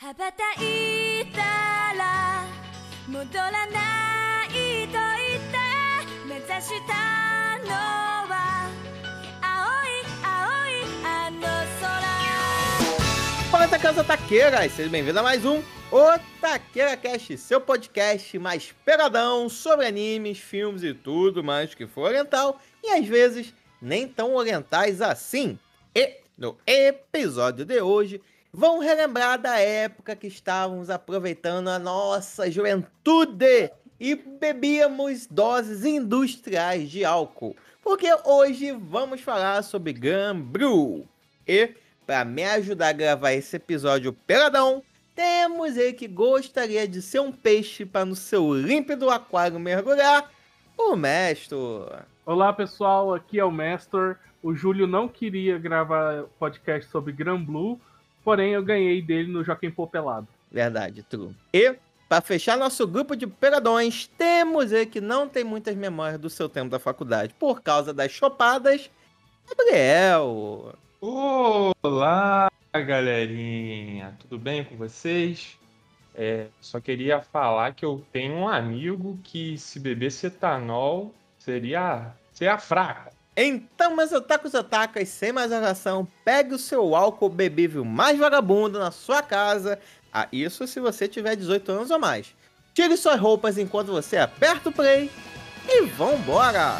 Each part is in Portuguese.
羽ばたいたら戻らないと言って目指したのは青い青いあの空。 Fala, Taqueiras Otaqueiras! Seja bem-vindo a mais um Otaqueira Cast, seu podcast mais pegadão sobre animes, filmes e tudo mais que for oriental e às vezes nem tão orientais assim. E no episódio de hoje vão relembrar da época que estávamos aproveitando a nossa juventude e bebíamos doses industriais de álcool, porque hoje vamos falar sobre Granblue. E para me ajudar a gravar esse episódio peladão, temos ele que gostaria de ser um peixe para no seu límpido aquário mergulhar, o Mestre. Olá pessoal, aqui é o Mestor. O Júlio não queria gravar podcast sobre Granblue, porém eu ganhei dele no Joaquim Pô Pelado. Verdade, true. E para fechar nosso grupo de pegadões, temos ele que não tem muitas memórias do seu tempo da faculdade por causa das chopadas, Gabriel. Olá, galerinha! Tudo bem com vocês? Só queria falar que eu tenho um amigo que, se bebesse etanol, seria fraco. Então, meus otakus e otakas, sem mais oração, pegue o seu álcool bebível mais vagabundo na sua casa. Ah, isso se você tiver 18 anos ou mais. Tire suas roupas enquanto você aperta o play e vambora!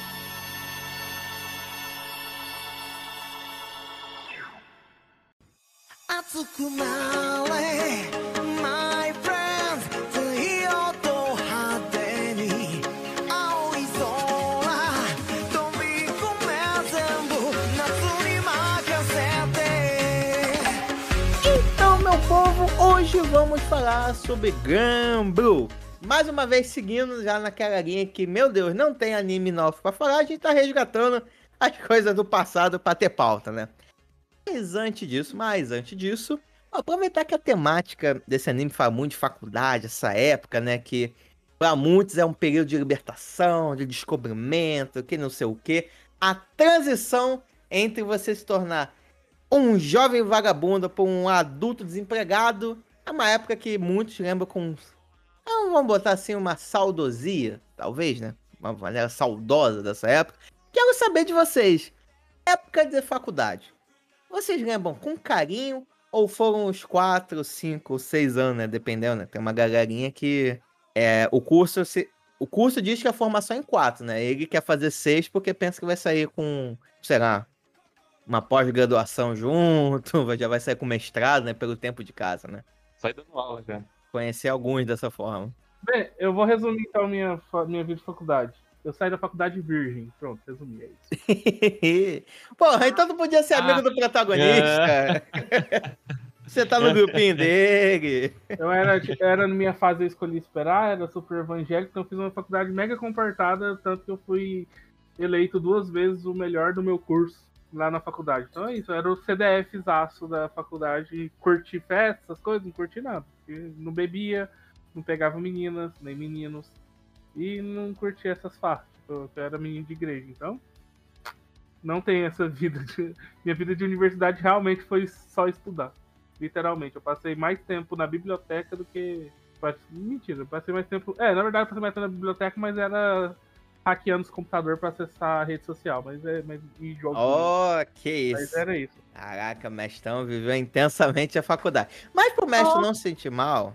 Então, meu povo, hoje vamos falar sobre Granblue. Mais uma vez seguindo já naquela linha que, meu Deus, não tem anime novo pra falar, a gente tá resgatando as coisas do passado pra ter pauta, né? Mas antes disso, vou aproveitar que a temática desse anime fala muito de faculdade, essa época, né, que pra muitos é um período de libertação, de descobrimento, que não sei o quê. A transição entre você se tornar um jovem vagabundo para um adulto desempregado é uma época que muitos lembram com, vamos botar assim, uma saudosia, talvez, né? Uma maneira saudosa dessa época. Quero saber de vocês, época de faculdade. Vocês lembram com carinho ou foram uns 4, 5, 6 anos, né? Dependendo, né? Tem uma galerinha que o curso diz que a formação é em 4, né? Ele quer fazer 6 porque pensa que vai sair com, sei lá, uma pós-graduação junto, já vai sair com mestrado, né? Pelo tempo de casa, né? Sai dando aula já. Conhecer alguns dessa forma. Bem, eu vou resumir então minha vida de faculdade. Eu saí da faculdade virgem. Pronto, resumi, é isso. Porra, então tu podia ser amigo do protagonista. Você tá no grupinho dele. Eu era na minha fase, eu escolhi esperar, era super evangélico, então eu fiz uma faculdade mega comportada, tanto que eu fui eleito 2 vezes o melhor do meu curso lá na faculdade. Então é isso, eu era o CDF-zaço da faculdade, curti festa, essas coisas, não curti nada. Não bebia, não pegava meninas, nem meninos, e não curtia essas farras. Eu era menino de igreja, então não tem essa vida. Minha vida de universidade realmente foi só estudar. Literalmente, eu passei mais tempo na biblioteca do que... Mentira, eu passei mais tempo... na verdade eu passei mais tempo na biblioteca, mas era hackeando os computadores pra acessar a rede social, e jogos. Oh, que isso. Mas era isso. Caraca, mestrão viveu intensamente a faculdade. Mas pro mestre não se sentir mal,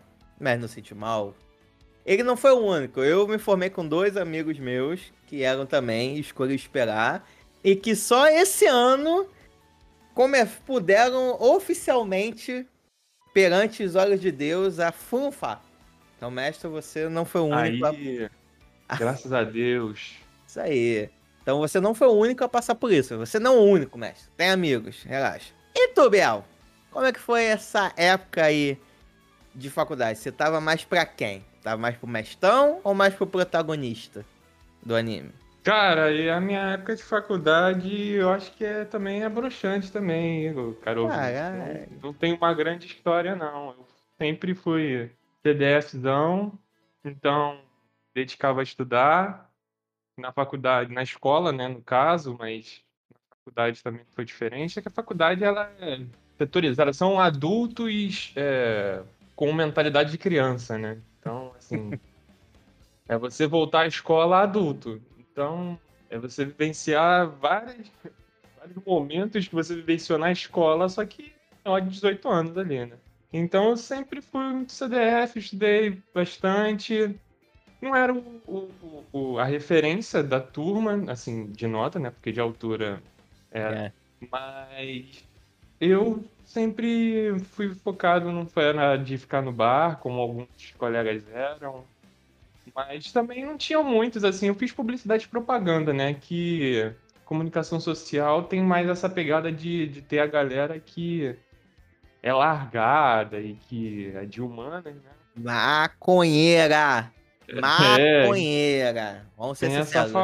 ele não foi o único. Eu me formei com 2 amigos meus, que eram também escolhi esperar, e que só esse ano puderam oficialmente, perante os olhos de Deus, a funfar. Então, mestre, você não foi o único. Aí, graças a Deus. Isso aí. Então você não foi o único a passar por isso. Você não é o único, mestre. Tem amigos, relaxa. E tu, Biel? Como é que foi essa época aí de faculdade? Você tava mais pra quem? Tava mais pro mestrão ou mais pro protagonista do anime? Cara, e a minha época de faculdade, eu acho que também é broxante também, cara. Não tem uma grande história, não. Eu sempre fui CDFzão, então dedicava a estudar. Na faculdade, na escola, né, no caso, mas na faculdade também foi diferente. É que a faculdade, ela setorizada, são adultos com mentalidade de criança, né? Então, assim, é você voltar à escola adulto. Então, é você vivenciar vários momentos que você vivenciou na escola, só que de 18 anos ali, né? Então, eu sempre fui muito CDF, estudei bastante. Não era a referência da turma, assim, de nota, né? Porque de altura era. É. Mas eu sempre fui focado, não foi na de ficar no bar, como alguns colegas eram. Mas também não tinham muitos, assim. Eu fiz publicidade e propaganda, né? Que comunicação social tem mais essa pegada de ter a galera que é largada e que é de humanas, né? Maconheira! É, Maconheira! Vamos ser tem essa, sinceros.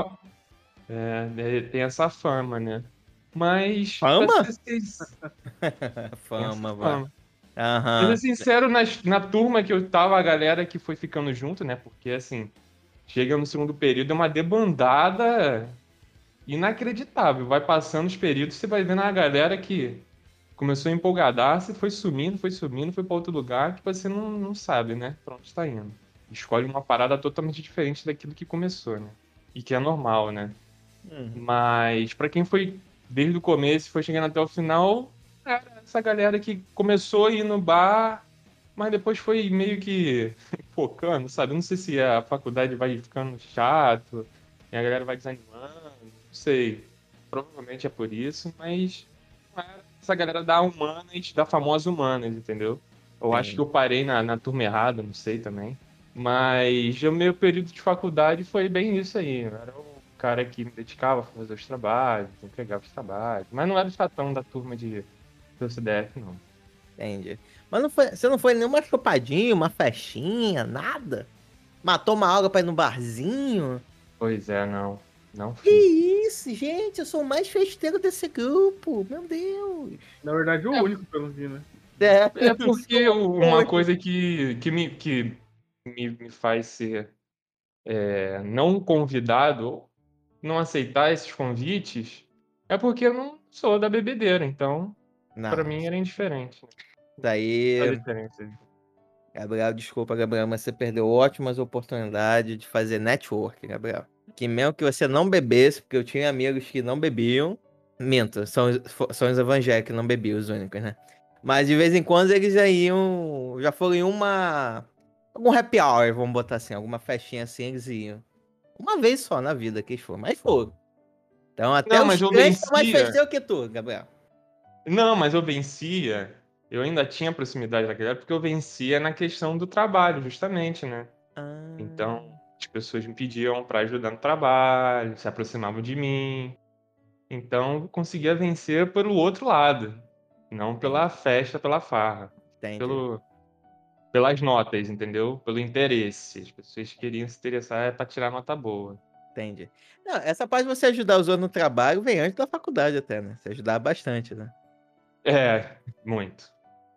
tem essa fama, né? Mas, pra Fama? ser sincero, tem essa Fama, vá. fama. Pra ser Aham. sincero, na turma que eu tava, a galera que foi ficando junto, né? Porque, assim, chega no segundo período, é uma debandada inacreditável. Vai passando os períodos, você vai vendo a galera que começou a empolgadaça e foi subindo, foi pra outro lugar que você não sabe, né? Pra onde tá indo. Escolhe uma parada totalmente diferente daquilo que começou, né? E que é normal, né? Uhum. Mas pra quem foi desde o começo e foi chegando até o final, era essa galera que começou a ir no bar, mas depois foi meio que focando, sabe? Eu não sei se a faculdade vai ficando chato e a galera vai desanimando, não sei. Provavelmente é por isso, mas não era essa galera da humanas, da famosa humanas, entendeu? Eu acho que Entendi. eu parei na turma errada, não sei também. Mas o meu período de faculdade foi bem isso aí. Eu era o cara que me dedicava a fazer os trabalhos, entregava os trabalhos. Mas não era o chatão da turma do CDF, não. Entendi. Mas não foi, você não foi nenhuma chopadinha, uma festinha, nada? Matou uma aula pra ir no barzinho? Pois é, não. Não Que fiz. isso, gente? Eu sou o mais festeiro desse grupo. Meu Deus. Na verdade, o único, pelo menos, né? É, É eu porque sou uma hoje. coisa que me faz ser não convidado, não aceitar esses convites, é porque eu não sou da bebedeira. Então, pra Não, mim isso era indiferente. Né? A daí, diferença. Gabriel, desculpa, Gabriel, mas você perdeu ótimas oportunidades de fazer network, Gabriel. Que mesmo que você não bebesse, porque eu tinha amigos que não bebiam. Minto, são os evangélicos que não bebiam, os únicos, né? Mas de vez em quando eles já foram em algum happy hour, vamos botar assim, alguma festinha assim, eles iam. Uma vez só na vida que eles foram, mas foram. Então até Não, os mas eu crentes são mais vencia. festeiros que tu, Gabriel. Não, mas eu vencia. Eu ainda tinha proximidade da galera porque eu vencia na questão do trabalho, justamente, né? Ah, Então, as pessoas me pediam para ajudar no trabalho, se aproximavam de mim. Então, eu conseguia vencer pelo outro lado, não entendi, pela festa, pela farra, entendi, pelo, pelas notas, entendeu? Pelo interesse. As pessoas queriam se interessar para tirar nota boa. entendi. Não, essa parte de você ajudar os outros no trabalho vem antes da faculdade até, né? Você ajudava bastante, né? É, muito.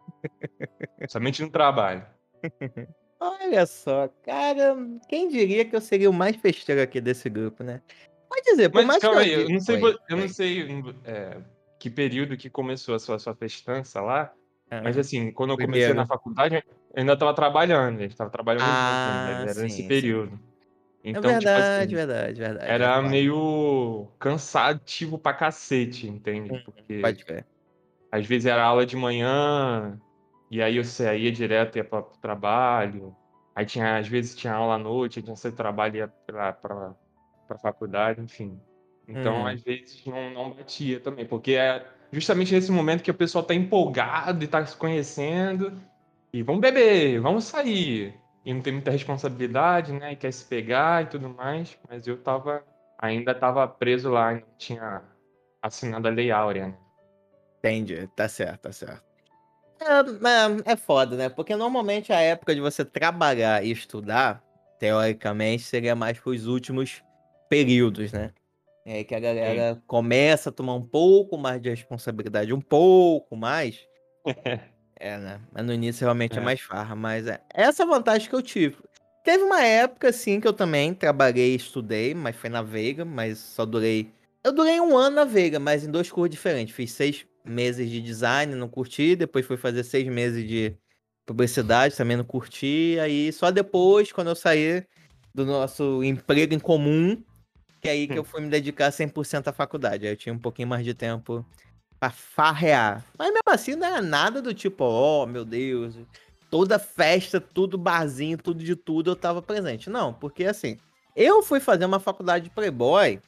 Somente no trabalho. Olha só, cara, quem diria que eu seria o mais festeiro aqui desse grupo, né? Pode dizer, por Mas mais que calma eu aí, eu não sei, Oi, eu não oi. sei que período que começou a sua festança lá, mas Ah, assim, quando eu comecei na primeiro. faculdade, eu ainda estava trabalhando, a gente estava trabalhando junto ainda, Ah, era nesse sim, sim. período. É Então, tipo verdade, assim, verdade, verdade. É era foda. meio cansativo pra cacete, entende? Porque Pode crer. às vezes era aula de manhã, e aí eu saía direto, ia para o trabalho, aí às vezes tinha aula à noite, aí tinha que sair do trabalho e ia pra faculdade, enfim. Então, Uhum. às vezes, não batia também, porque é justamente nesse momento que o pessoal tá empolgado e tá se conhecendo, e vamos beber, vamos sair. E não tem muita responsabilidade, né? E quer se pegar e tudo mais, mas ainda tava preso lá, e não tinha assinado a Lei Áurea, né? Entendi, tá certo, tá certo. É foda, né? Porque normalmente a época de você trabalhar e estudar, teoricamente, seria mais pros últimos períodos, né? É aí que a Sim. galera começa a tomar um pouco mais de responsabilidade, um pouco mais. É, né? Mas no início realmente é É. mais farra, mas é essa vantagem que eu tive. Teve uma época, assim, que eu também trabalhei e estudei, mas foi na Veiga, mas só durei. Eu durei um ano na Veiga, mas em dois cursos diferentes. Fiz meses de design, não curti. Depois fui fazer 6 meses de publicidade, também não curti. Aí só depois, quando eu saí do nosso emprego em comum, que é aí que eu fui me dedicar 100% à faculdade. Aí eu tinha um pouquinho mais de tempo pra farrear. Mas mesmo assim não era nada do tipo, ó, meu Deus, toda festa, tudo barzinho, tudo de tudo eu tava presente. Não, porque assim, eu fui fazer uma faculdade de Playboy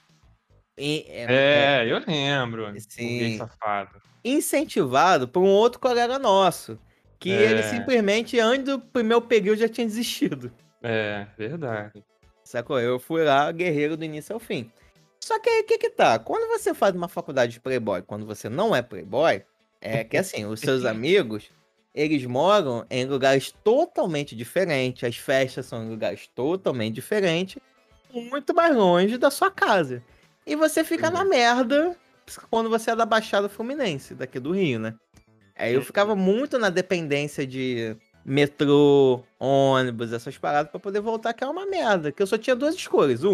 Eu lembro. O gay assim, safado. incentivado por um outro colega nosso, que ele É, simplesmente, antes do primeiro período, já tinha desistido. verdade. Sacou? Eu fui lá, guerreiro do início ao fim. Só que aí, o que que tá? Quando você faz uma faculdade de Playboy, quando você não é Playboy, é que assim, os seus amigos, eles moram em lugares totalmente diferentes, as festas são em lugares totalmente diferentes, muito mais longe da sua casa. E você fica na merda quando você é da Baixada Fluminense, daqui do Rio, né? Aí eu ficava muito na dependência de metrô, ônibus, essas paradas pra poder voltar, que é uma merda. Que eu só tinha duas escolhas.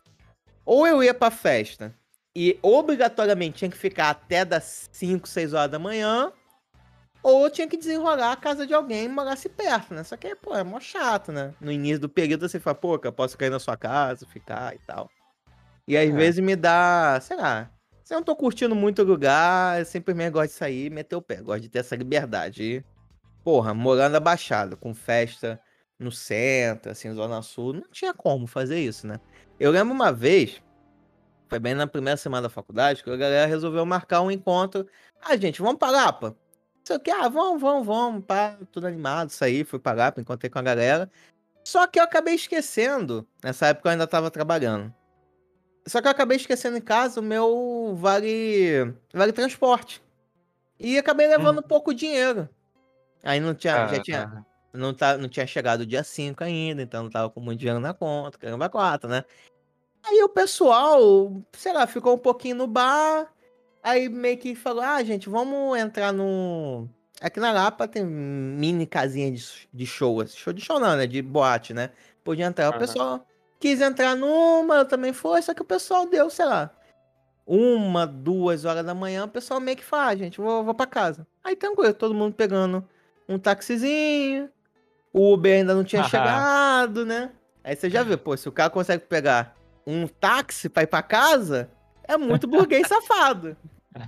Ou eu ia pra festa e obrigatoriamente tinha que ficar até das 5, 6 horas da manhã, ou eu tinha que desenrolar a casa de alguém e morasse perto, né? Só que, pô, é mó chato, né? No início do período você fala, pô, que eu posso cair na sua casa, ficar e tal. E às vezes me dá, sei lá, se eu não tô curtindo muito o lugar, eu simplesmente gosto de sair e meter o pé, gosto de ter essa liberdade. E, porra, morando na Baixada, com festa no centro, assim, Zona Sul, não tinha como fazer isso, né? Eu lembro uma vez, foi bem na primeira semana da faculdade, que a galera resolveu marcar um encontro. Ah, gente, vamos pra Lapa? Não sei o que, vamos, pá, tudo animado, saí, fui pra Lapa, encontrei com a galera. Só que eu acabei esquecendo, nessa época eu ainda tava trabalhando. Só que eu acabei esquecendo em casa o meu vale transporte. E acabei levando pouco dinheiro. Aí não tinha, já tinha, Ah, não tinha chegado o dia 5 ainda, então não tava com muito dinheiro na conta, caramba, 4, né? Aí o pessoal, sei lá, ficou um pouquinho no bar, aí meio que falou, ah, gente, vamos entrar no... Aqui na Lapa tem mini casinha de show, show de show não, né, de boate, né? Podia entrar, o aham. pessoal quis entrar numa, eu também foi, só que o pessoal deu, sei lá, 1, 2 horas da manhã, o pessoal meio que fala, ah, gente, vou pra casa. Aí tranquilo, todo mundo pegando um taxizinho, o Uber ainda não tinha chegado, né? Aí você já viu, pô, se o cara consegue pegar um táxi pra ir pra casa, é muito burguês safado.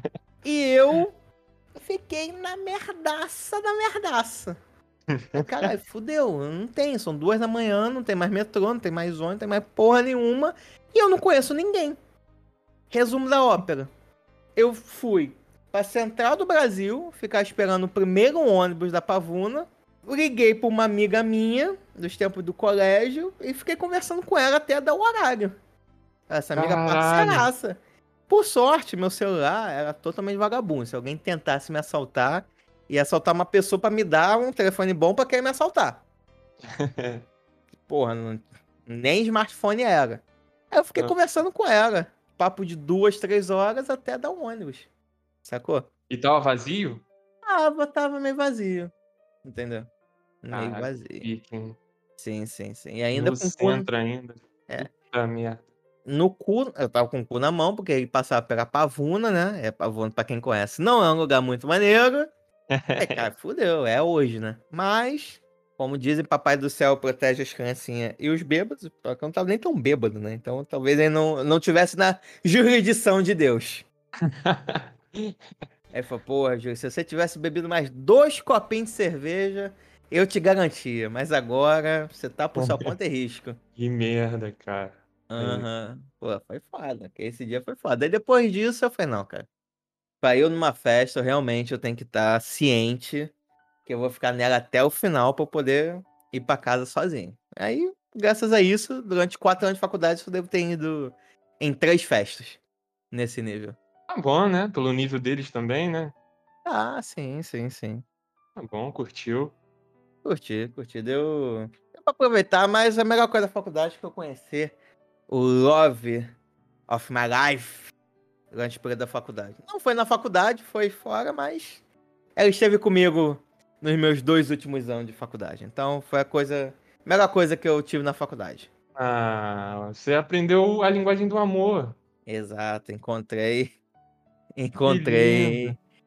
E eu fiquei na merdaça da merdaça. Aí, caralho, fudeu, não tem, são 2 da manhã, não tem mais metrô, não tem mais ônibus, não tem mais porra nenhuma, e eu não conheço ninguém. Resumo da ópera. Eu fui pra Central do Brasil, ficar esperando o primeiro ônibus da Pavuna. Liguei pra uma amiga minha, dos tempos do colégio, e fiquei conversando com ela até dar o horário. Essa amiga Caralho. parceiraça. Por sorte, meu celular era totalmente vagabundo. Se alguém tentasse me assaltar, ia assaltar uma pessoa pra me dar um telefone bom pra querer me assaltar. Porra, nem smartphone era. Aí eu fiquei conversando com ela. Papo de 2, 3 horas até dar um ônibus. Sacou? E tava vazio? Tava meio vazio. Entendeu? Meio Caralho, que vazio. pique, hein? Sim, sim, sim. E ainda No com o cu. centro ainda. É. Puta merda. No cu, eu tava com o cu na mão, porque ele passava pela Pavuna, né? É Pavuna, pra quem conhece, não é um lugar muito maneiro. É, cara, fudeu, é hoje, né? Mas, como dizem, Papai do Céu protege as criancinhas e os bêbados, só que eu não tava nem tão bêbado, né? Então talvez ele não tivesse na jurisdição de Deus. Aí falou, porra, Júlio, se você tivesse bebido mais 2 copinhos de cerveja, eu te garantia. Mas agora você tá por sua conta e risco. Que merda, cara. Aí. Aham. Pô, foi foda. Que esse dia foi foda. Aí depois disso eu falei, não, cara. Pra eu numa festa, realmente eu tenho que estar ciente que eu vou ficar nela até o final pra eu poder ir pra casa sozinho. Aí, graças a isso, durante 4 anos de faculdade, eu devo ter ido em 3 festas nesse nível. Tá bom, né? Pelo nível deles também, né? Ah, sim, sim, sim. Tá bom, curtiu. Curti. Deu pra aproveitar, mas a melhor coisa da faculdade é que eu conhecer o love of my life durante o período da faculdade. Não foi na faculdade, foi fora, mas ela esteve comigo nos meus 2 últimos anos de faculdade. Então foi melhor coisa que eu tive na faculdade. Ah, você aprendeu a linguagem do amor. Exato, encontrei, Que lindo. encontrei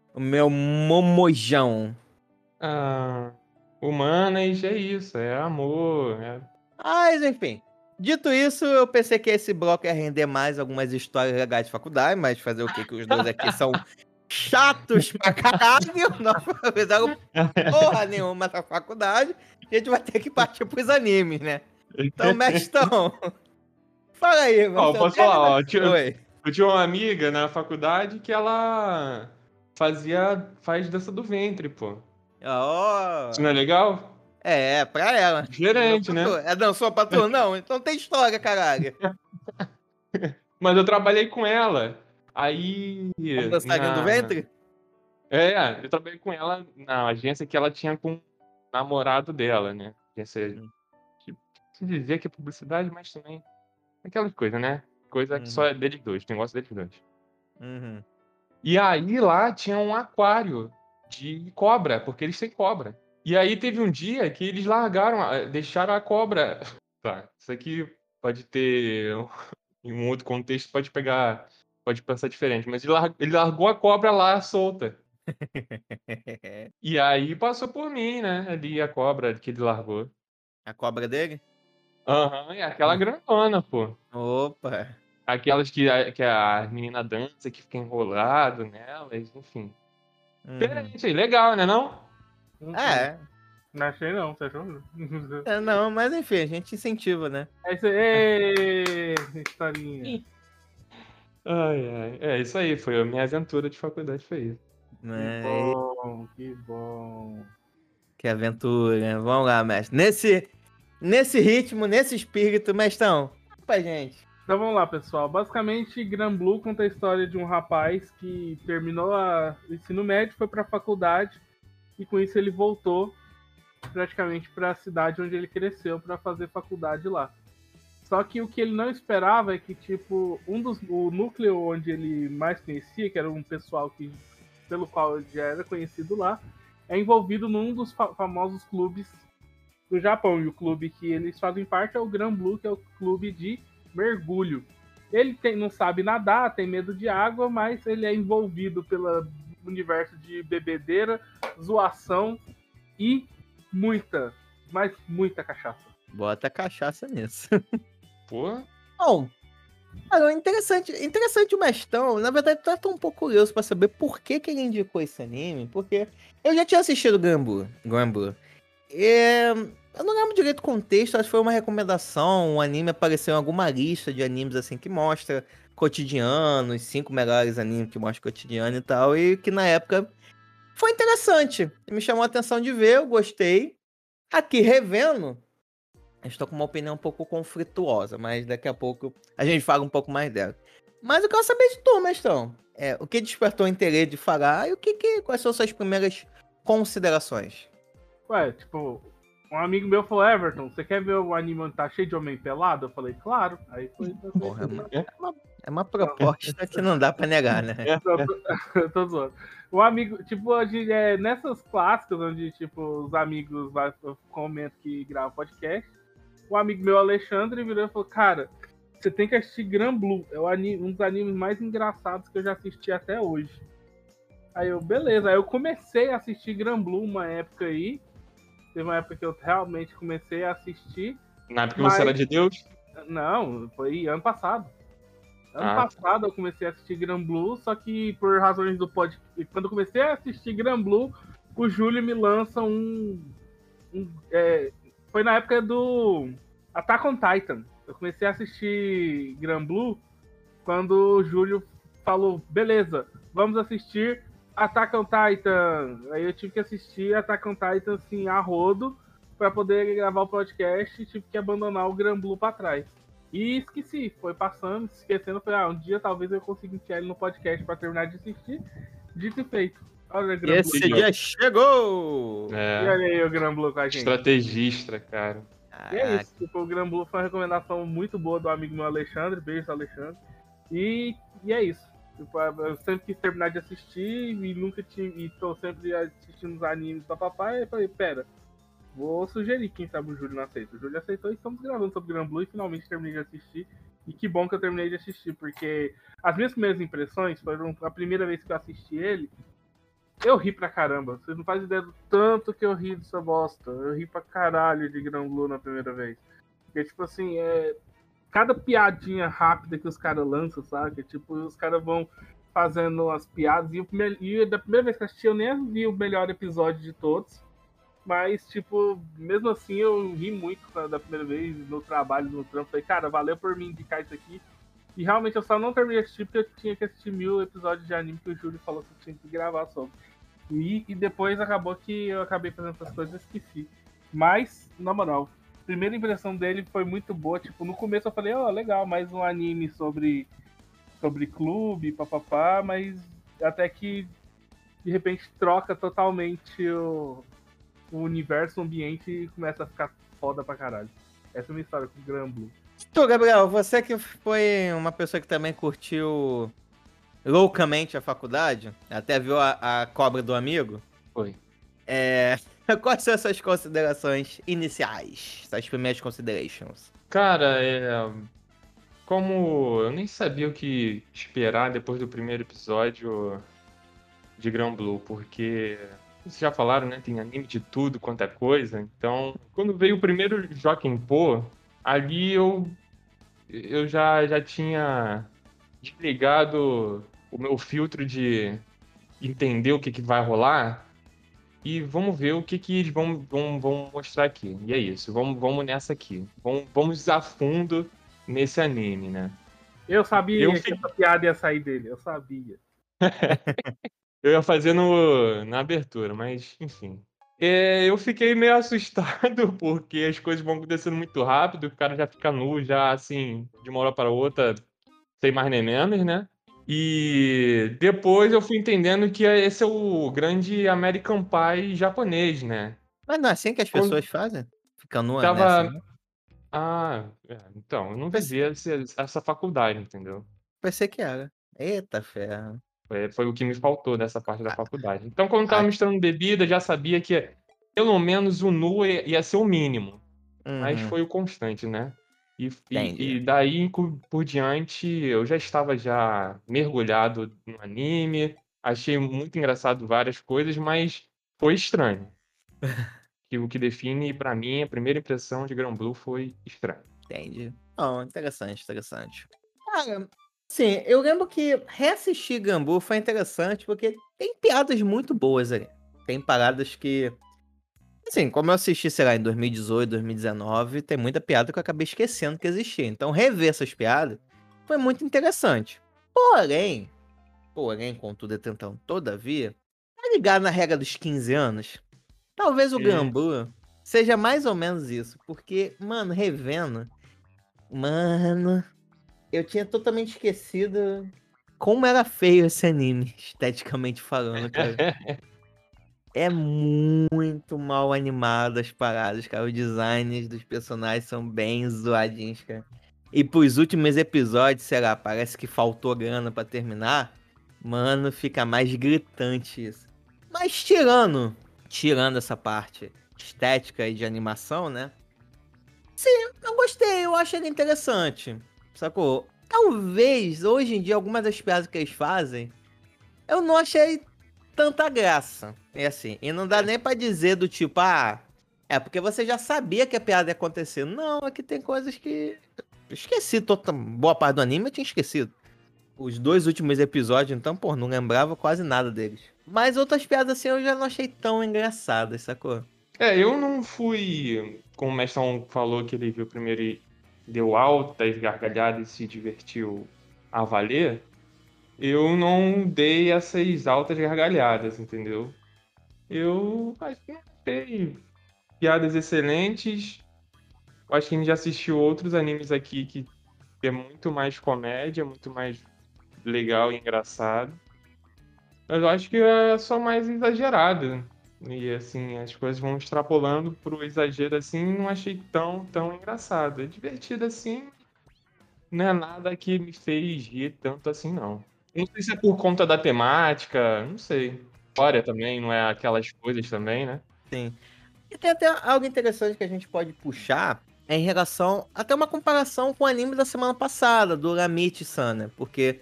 O meu momojão. Ah, humanas é isso, é amor. Mas, enfim. Dito isso, eu pensei que esse bloco ia render mais algumas histórias legais de faculdade, mas fazer o quê? Que os dois aqui são chatos pra caralho. Não fizeram porra nenhuma na faculdade. A gente vai ter que partir pros animes, né? Então, mestrão, fala aí, Ó, mestrão. posso falar, ó, Oi. eu tinha uma amiga na faculdade que ela faz dança do ventre, pô. Isso Ó. não é legal? Pra ela. Não Diferente, pra tu. né? Dançou pra tu? Não, então tem história, caralho. Mas eu trabalhei com ela. Aí, Vamos dançar dentro do ventre? eu trabalhei com ela na agência que ela tinha com o namorado dela, né? Agência que se dizia que é publicidade, mas também aquelas coisas, né? Coisa que só é deles dois, negócio deles dois. Uhum. E aí lá tinha um aquário de cobra, porque eles têm cobra. E aí teve um dia que eles deixaram a cobra. Tá, isso aqui pode ter em um outro contexto, pode pensar diferente, mas ele largou a cobra lá solta. E aí passou por mim, né? Ali a cobra que ele largou. A cobra dele? Aham, é aquela grandona, pô. Opa. Aquelas que a menina dança, que fica enrolado nelas, enfim. Diferente aí, legal, né não? É. Não achei não, você achou? Não, mas enfim, a gente incentiva, né? É isso aí, historinha. Ai. É isso aí, foi a minha aventura de faculdade, foi isso. Que bom. Que aventura. Vamos lá, mestre. Nesse ritmo, nesse espírito, mestrão, pra gente. Então vamos lá, pessoal. Basicamente, Granblue conta a história de um rapaz que terminou o ensino médio, foi para a faculdade e com isso ele voltou praticamente para a cidade onde ele cresceu para fazer faculdade lá. Só que o que ele não esperava é que tipo o núcleo onde ele mais conhecia, que era um pessoal pelo qual ele já era conhecido lá, é envolvido num dos famosos clubes do Japão. E o clube que eles fazem parte é o Granblue, que é o clube de mergulho. Ele não sabe nadar, tem medo de água, mas ele é envolvido pelo universo de bebedeira, zoação e muita cachaça. Bota cachaça nisso. Pô. Bom, cara, interessante o mestrão. Na verdade, eu tô um pouco curioso pra saber por que ele indicou esse anime, porque eu já tinha assistido Granblue. Eu não lembro direito o contexto, acho que foi uma recomendação, um anime apareceu em alguma lista de animes assim que mostra cotidiano, os 5 melhores animes que mostram cotidiano e tal, e que na época foi interessante. Me chamou a atenção de ver, eu gostei. Aqui revendo, estou com uma opinião um pouco conflituosa, mas daqui a pouco a gente fala um pouco mais dela. Mas eu quero saber de tu, mestrão. O que despertou o interesse de falar e quais são suas primeiras considerações? Ué, tipo, um amigo meu falou, Everton, você quer ver o anime onde tá cheio de homem pelado? Eu falei, claro. Aí foi. Porra, é uma proposta que não dá pra negar, né? Tô zoando. Um amigo, tipo, nessas clássicas onde, tipo, os amigos comentam que gravam podcast, um amigo meu, Alexandre, virou e falou, cara, você tem que assistir Granblue. É um dos animes mais engraçados que eu já assisti até hoje. Aí eu, beleza. Aí eu comecei a assistir Granblue uma época aí. Teve uma época que eu realmente comecei a assistir. Na época você era de Deus? Não, foi ano passado. Ano passado eu comecei a assistir Granblue, só que por razões do podcast. Quando eu comecei a assistir Granblue, o Júlio me lança foi na época do Attack on Titan. Eu comecei a assistir Granblue quando o Júlio falou, beleza, vamos assistir Attack on Titan. Aí eu tive que assistir Attack on Titan assim, a rodo, pra poder gravar o podcast e tive que abandonar o Granblue pra trás. E esqueci, foi passando, esquecendo, falei, um dia talvez eu consiga enfiar ele no podcast pra terminar de assistir. Dito e feito. Olha, Granblue. Esse dia chegou! E olha aí o Granblue com a gente. Estrategista, cara. E é isso, tipo, o Granblue foi uma recomendação muito boa do amigo meu Alexandre, beijo Alexandre. E é isso. Tipo, eu sempre quis terminar de assistir e nunca tinha. E tô sempre assistindo os animes da papai. E falei, pera, vou sugerir, quem sabe o Júlio não aceita. O Júlio aceitou e estamos gravando sobre Granblue e finalmente terminei de assistir. E que bom que eu terminei de assistir, porque as minhas primeiras impressões foram a primeira vez que eu assisti ele. Eu ri pra caramba. Vocês não fazem ideia do tanto que eu ri dessa bosta. Eu ri pra caralho de Granblue na primeira vez. Porque, tipo assim, cada piadinha rápida que os caras lançam, sabe? Tipo, os caras vão fazendo as piadas. E da primeira vez que eu assisti, eu nem vi o melhor episódio de todos. Mas, tipo, mesmo assim, eu ri muito da primeira vez no trabalho, no trampo. Falei, cara, valeu por me indicar isso aqui. E realmente eu só não terminei de assistir porque eu tinha que assistir 1000 episódios de anime que o Júlio falou que eu tinha que gravar sobre. E depois acabou que eu acabei fazendo essas coisas e esqueci. Mas, na moral, a primeira impressão dele foi muito boa. Tipo, no começo eu falei, legal, mais um anime sobre clube, papapá, mas até que de repente troca totalmente o universo, o ambiente e começa a ficar foda pra caralho. Essa é a minha história com o Granblue. Então, Gabriel, você que foi uma pessoa que também curtiu loucamente a faculdade, até viu a cobra do amigo. Foi. Quais são as suas considerações iniciais? Suas primeiras considerations? Cara, como eu nem sabia o que esperar depois do primeiro episódio de Granblue, porque vocês já falaram, né? Tem anime de tudo quanto é coisa. Então, quando veio o primeiro Jokenpô, ali eu já tinha desligado o meu filtro de entender o que vai rolar e vamos ver o que eles vão mostrar aqui. E é isso, vamos nessa aqui. Vamos a fundo nesse anime, né? Eu sabia que essa piada ia sair dele, eu sabia. Eu ia fazer na abertura, mas enfim. Eu fiquei meio assustado porque as coisas vão acontecendo muito rápido, o cara já fica nu, já assim, de uma hora para outra, sem mais nem menos, né? E depois eu fui entendendo que esse é o grande American Pie japonês, né? Mas não é assim que as pessoas fazem? Fica nua Tava... nessa, né? Então, eu não vivi essa faculdade, entendeu? Pensei que era. Eita ferro. Foi o que me faltou dessa parte da faculdade. Então, quando tava misturando bebida, já sabia que pelo menos o nu ia ser o mínimo. Mas foi o constante, né? E daí por diante, eu já estava mergulhado no anime. Achei muito engraçado várias coisas, mas foi estranho. Que o que define, pra mim, a primeira impressão de Granblue foi estranho. Entendi. Interessante. Cara, sim, eu lembro que reassistir Granblue foi interessante porque tem piadas muito boas ali. Tem paradas que... Assim, como eu assisti, sei lá, em 2018, 2019, tem muita piada que eu acabei esquecendo que existia. Então, rever essas piadas foi muito interessante. Porém, contudo, tentando, todavia, tá ligado na regra dos 15 anos? Talvez o Granblue seja mais ou menos isso. Porque, mano, revendo... Mano, eu tinha totalmente esquecido como era feio esse anime, esteticamente falando, cara. É muito mal animado as paradas, cara. Os designs dos personagens são bem zoadinhos, cara. E pros últimos episódios, sei lá, parece que faltou grana pra terminar. Mano, fica mais gritante isso. Mas tirando essa parte estética e de animação, né? Sim, eu gostei, eu achei ele interessante. Sacou? Talvez, hoje em dia, algumas das piadas que eles fazem, eu não achei tanta graça. É assim, e não dá nem pra dizer do tipo, porque você já sabia que a piada ia acontecer. Não, é que tem coisas que... Eu esqueci, boa parte do anime eu tinha esquecido. Os 2 últimos episódios, então, pô, não lembrava quase nada deles. Mas outras piadas assim eu já não achei tão engraçadas, sacou? Eu não fui, como o Mestão falou que ele viu primeiro e deu altas gargalhadas e se divertiu a valer, eu não dei essas altas gargalhadas, entendeu? Eu acho que tem piadas excelentes. Eu acho que a gente já assistiu outros animes aqui que é muito mais comédia, muito mais legal e engraçado. Mas eu acho que é só mais exagerado. E assim, as coisas vão extrapolando pro exagero assim, não achei tão engraçado. É divertido assim, não é nada que me fez rir tanto assim, não. Não sei se é por conta da temática, não sei. História também, não é aquelas coisas também, né? Sim. E tem até algo interessante que a gente pode puxar em relação, até uma comparação com o anime da semana passada, do Ramit-san, né? Porque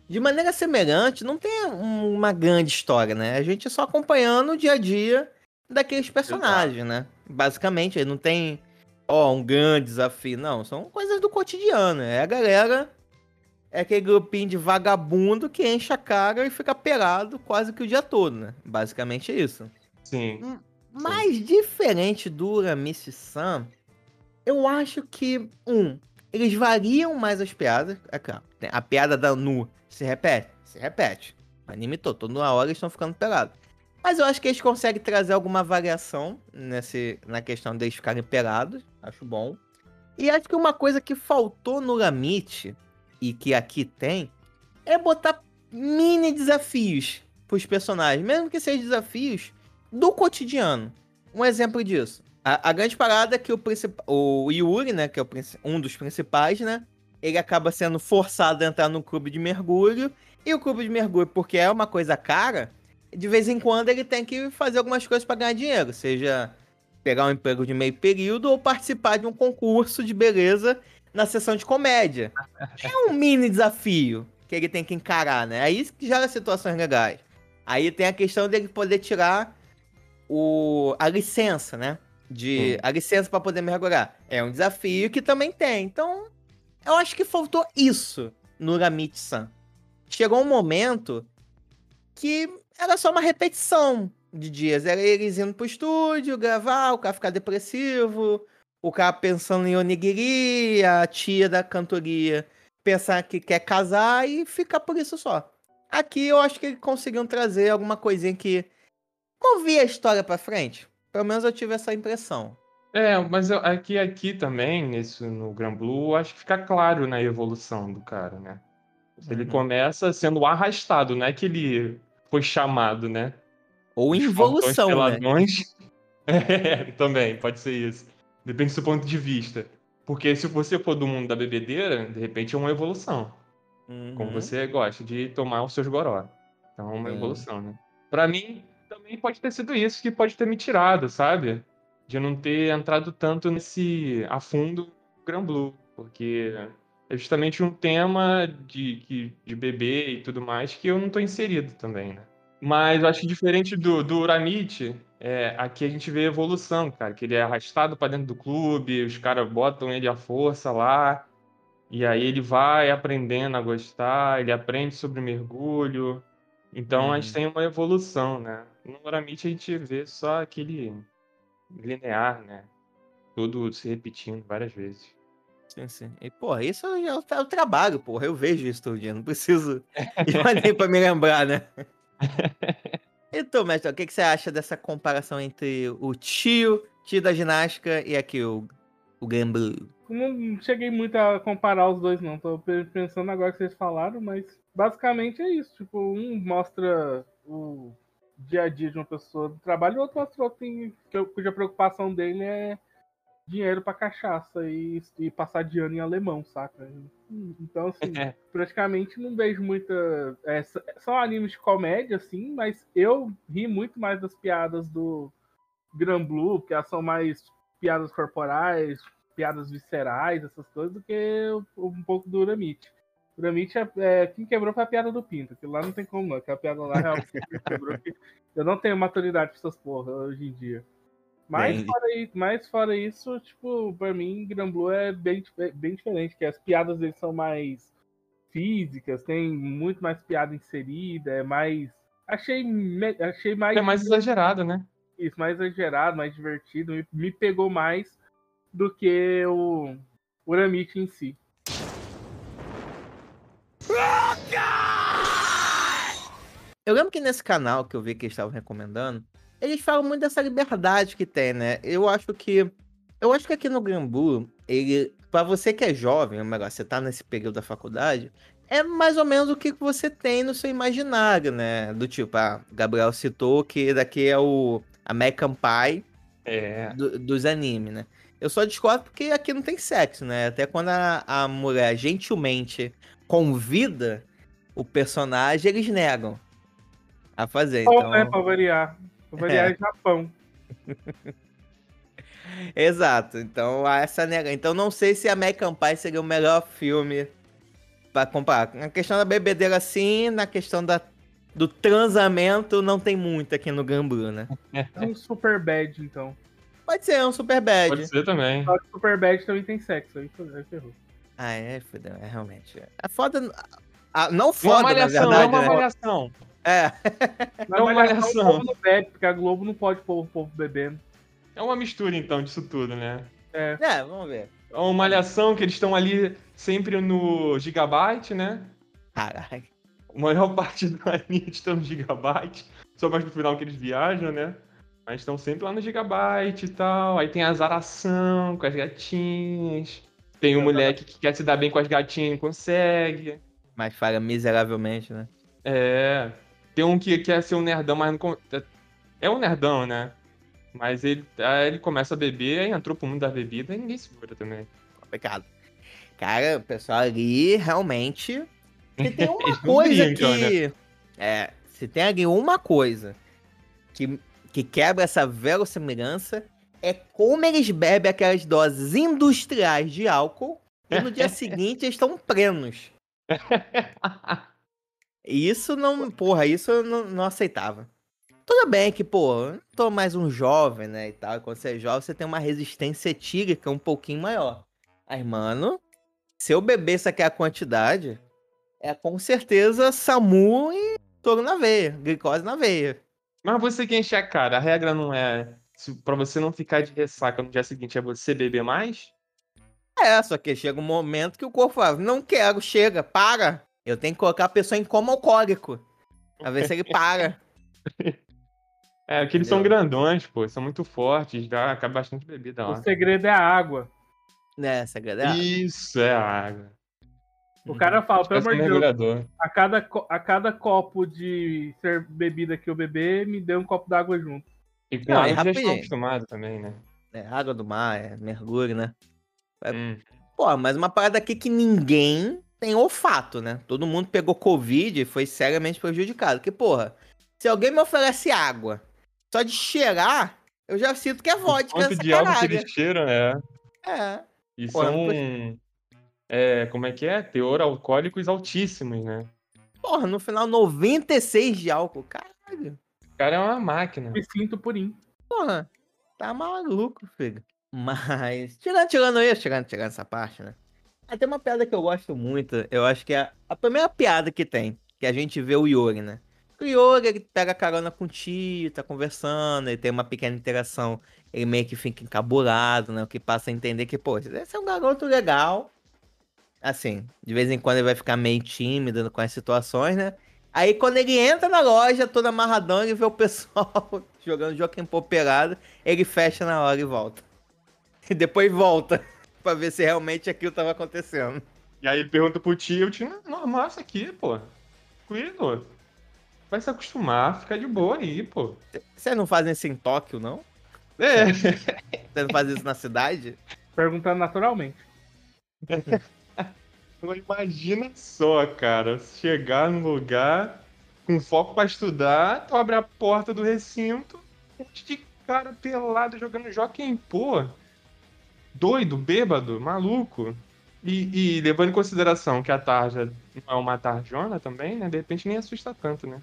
de maneira semelhante, não tem uma grande história, né? A gente é só acompanhando o dia a dia daqueles personagens, né? Basicamente, não tem, um grande desafio. Não, são coisas do cotidiano. É a galera, é aquele grupinho de vagabundo que enche a cara e fica pelado quase que o dia todo, né? Basicamente é isso. Sim. Mas diferente do Uramichi-san, eu acho que, eles variam mais as piadas. É claro, a piada da Nu se repete? Se repete. O anime todo, toda hora eles estão ficando pelados. Mas eu acho que eles conseguem trazer alguma variação na questão deles ficarem pelados. Acho bom. E acho que uma coisa que faltou no Uramichi, e que aqui tem, é botar mini desafios pros personagens. Mesmo que sejam desafios do cotidiano. Um exemplo disso. A grande parada é que o Yuri, né, que é um dos principais, né, ele acaba sendo forçado a entrar no clube de mergulho, e o clube de mergulho, porque é uma coisa cara, de vez em quando ele tem que fazer algumas coisas para ganhar dinheiro, seja pegar um emprego de meio período ou participar de um concurso de beleza na sessão de comédia. É um mini desafio que ele tem que encarar, né? Aí que gera situações legais. Aí tem a questão dele poder tirar a licença, né? A licença para poder mergulhar. É um desafio que também tem. Então, eu acho que faltou isso no Uramichi-san. Chegou um momento que era só uma repetição de dias. Era eles indo pro estúdio, gravar, o cara ficar depressivo, o cara pensando em onigiri, a tia da cantoria pensar que quer casar e ficar por isso só. Aqui eu acho que eles conseguiram trazer alguma coisinha que movia a história pra frente. Pelo menos eu tive essa impressão. Mas aqui também, no Granblue, acho que fica claro na evolução do cara, né? Ele começa sendo arrastado, não é que ele foi chamado, né? Ou Os fortões involução, né? peladões. Também, pode ser isso. Depende do seu ponto de vista. Porque se você for do mundo da bebedeira, de repente é uma evolução. Como você gosta de tomar os seus goró. Então é uma evolução, né? Pra mim, também pode ter sido isso que pode ter me tirado, sabe? De não ter entrado tanto a fundo no Granblue. Porque é justamente um tema de bebê e tudo mais que eu não tô inserido também, né? Mas eu acho que diferente do Uramichi, aqui a gente vê evolução, cara. Que ele é arrastado pra dentro do clube, os caras botam ele à força lá. E aí ele vai aprendendo a gostar, ele aprende sobre mergulho. Então a gente tem uma evolução, né? No Uramichi a gente vê só aquele linear, né? Tudo se repetindo várias vezes. Sim, sim. E, porra, isso é o trabalho, porra. Eu vejo isso todo dia. Não preciso de ninguém pra me lembrar, né? Então, mestre, o que você acha dessa comparação entre o tio da ginástica e aqui o Granblue? Não cheguei muito a comparar os dois, não. Tô pensando agora que vocês falaram, mas basicamente é isso. Tipo, um mostra o dia a dia de uma pessoa do trabalho e o outro mostra cuja preocupação dele é dinheiro pra cachaça e passar de ano em alemão, saca? Então, assim, praticamente não vejo muita... são animes de comédia, assim, mas eu ri muito mais das piadas do Granblue, que elas são mais piadas corporais, piadas viscerais, essas coisas, do que um pouco do Uramichi. Uramichi, quem quebrou foi a piada do Pinto, que lá não tem como não, que a piada lá realmente quebrou. Eu não tenho maturidade pra essas porra hoje em dia. Mas fora isso, tipo, pra mim, Granblue é bem diferente, que as piadas deles são mais físicas, tem muito mais piada inserida, é mais... Achei mais... É mais exagerado, né? Isso, mais exagerado, mais divertido, me pegou mais do que o Uramichi em si. Eu lembro que nesse canal que eu vi que eles estavam recomendando, eles falam muito dessa liberdade que tem, né? Eu acho que aqui no Granblue, pra você que é jovem, ou melhor, você tá nesse período da faculdade, é mais ou menos o que você tem no seu imaginário, né? Do tipo, Gabriel citou que daqui é o American Pie dos animes, né? Eu só discordo porque aqui não tem sexo, né? Até quando a mulher gentilmente convida o personagem, eles negam a fazer. Então, né, pra variar. Pra variar é Japão. Exato. Então, essa nega. Então, não sei se American Pie seria o melhor filme pra comparar. Na questão da bebedeira, sim. Na questão do transamento, não tem muito aqui no Gamblu, né? É um super bad, então. Pode ser um super bad. Pode ser também. Só que super bad também tem sexo, aí ferrou. Ah, fudeu. Realmente. É foda... não foda, uma malhação, na verdade, uma né? malhação. Mas malhação, o povo não bebe, porque a Globo não pode pôr o povo bebendo. É uma mistura, então, disso tudo, né? Vamos ver. É uma malhação que eles estão ali sempre no Gigabyte, né? Caralho. A maior parte do anime estão no Gigabyte. Só mais no final que eles viajam, né? Mas estão sempre lá no Gigabyte e tal. Aí tem a azaração com as gatinhas. Tem o moleque que quer se dar bem com as gatinhas e não consegue. Mas falha miseravelmente, né? Tem um que quer ser um nerdão, mas não... É um nerdão, né? Mas aí ele começa a beber, aí entrou pro mundo da bebida e ninguém segura também. Complicado. Cara, o pessoal ali, realmente... Se tem uma Eles não coisa brincam, que... se tem ali uma coisa que quebra essa verossimilhança, é como eles bebem aquelas doses industriais de álcool e no dia seguinte eles estão plenos. E isso não... Porra, isso eu não aceitava. Tudo bem que, pô, eu não tô mais um jovem, né, e tal. E quando você é jovem, você tem uma resistência etílica um pouquinho maior. Mas, mano, se eu bebesse aquela quantidade, com certeza SAMU e touro na veia, glicose na veia. Mas você que enche a cara, a regra não é... Pra você não ficar de ressaca no dia seguinte, é você beber mais? Só que chega um momento que o corpo fala, não quero, chega, para. Eu tenho que colocar a pessoa em coma alcoólico. Pra ver se ele para. Que eles são grandões, pô, são muito fortes, já acaba bastante bebida lá. O segredo é a água. O segredo é a água. Isso, é a água. O cara fala, pelo amor de Deus, mergulhador. a cada copo de ser bebida que eu beber, me dê um copo d'água junto. E com água já estão acostumados também, né? Água do mar, mergulho, né? Pô, mas uma parada aqui que ninguém tem olfato, né? Todo mundo pegou Covid e foi seriamente prejudicado. Que, porra, se alguém me oferece água, só de cheirar, eu já sinto que é vodka. Quanto de álcool que eles cheiram, E Porra, são... como é que é? Teor alcoólicos altíssimos, né? Porra, no final 96 de álcool. Caralho. O cara é uma máquina. Me sinto purinho. Porra, tá maluco, filho. Mas, tirando essa parte, né? Tem uma piada que eu gosto muito. Eu acho que é a primeira piada que tem. Que a gente vê o Yori, né? O Yori, ele pega carona com o tio, tá conversando, ele tem uma pequena interação. Ele meio que fica encabulado, né? O que passa a entender que, pô, esse é um garoto legal. Assim, de vez em quando ele vai ficar meio tímido com as situações, né? Aí quando ele entra na loja, todo amarradão, ele vê o pessoal jogando Joaquim Poperado, ele fecha na hora e volta. E depois volta, pra ver se realmente aquilo tava acontecendo. E aí ele pergunta pro tio, o tio, normal isso aqui, pô. Tranquilo. Vai se acostumar, fica de boa aí, pô. Vocês não fazem isso em Tóquio, não? Vocês não fazem isso na cidade? Perguntando naturalmente. Imagina só, cara, chegar num lugar com foco pra estudar, tu abre a porta do recinto, um monte de cara pelado jogando Joaquim, pô. Doido, bêbado, maluco. E levando em consideração que a tarja não é uma tarjona também, né? De repente nem assusta tanto, né?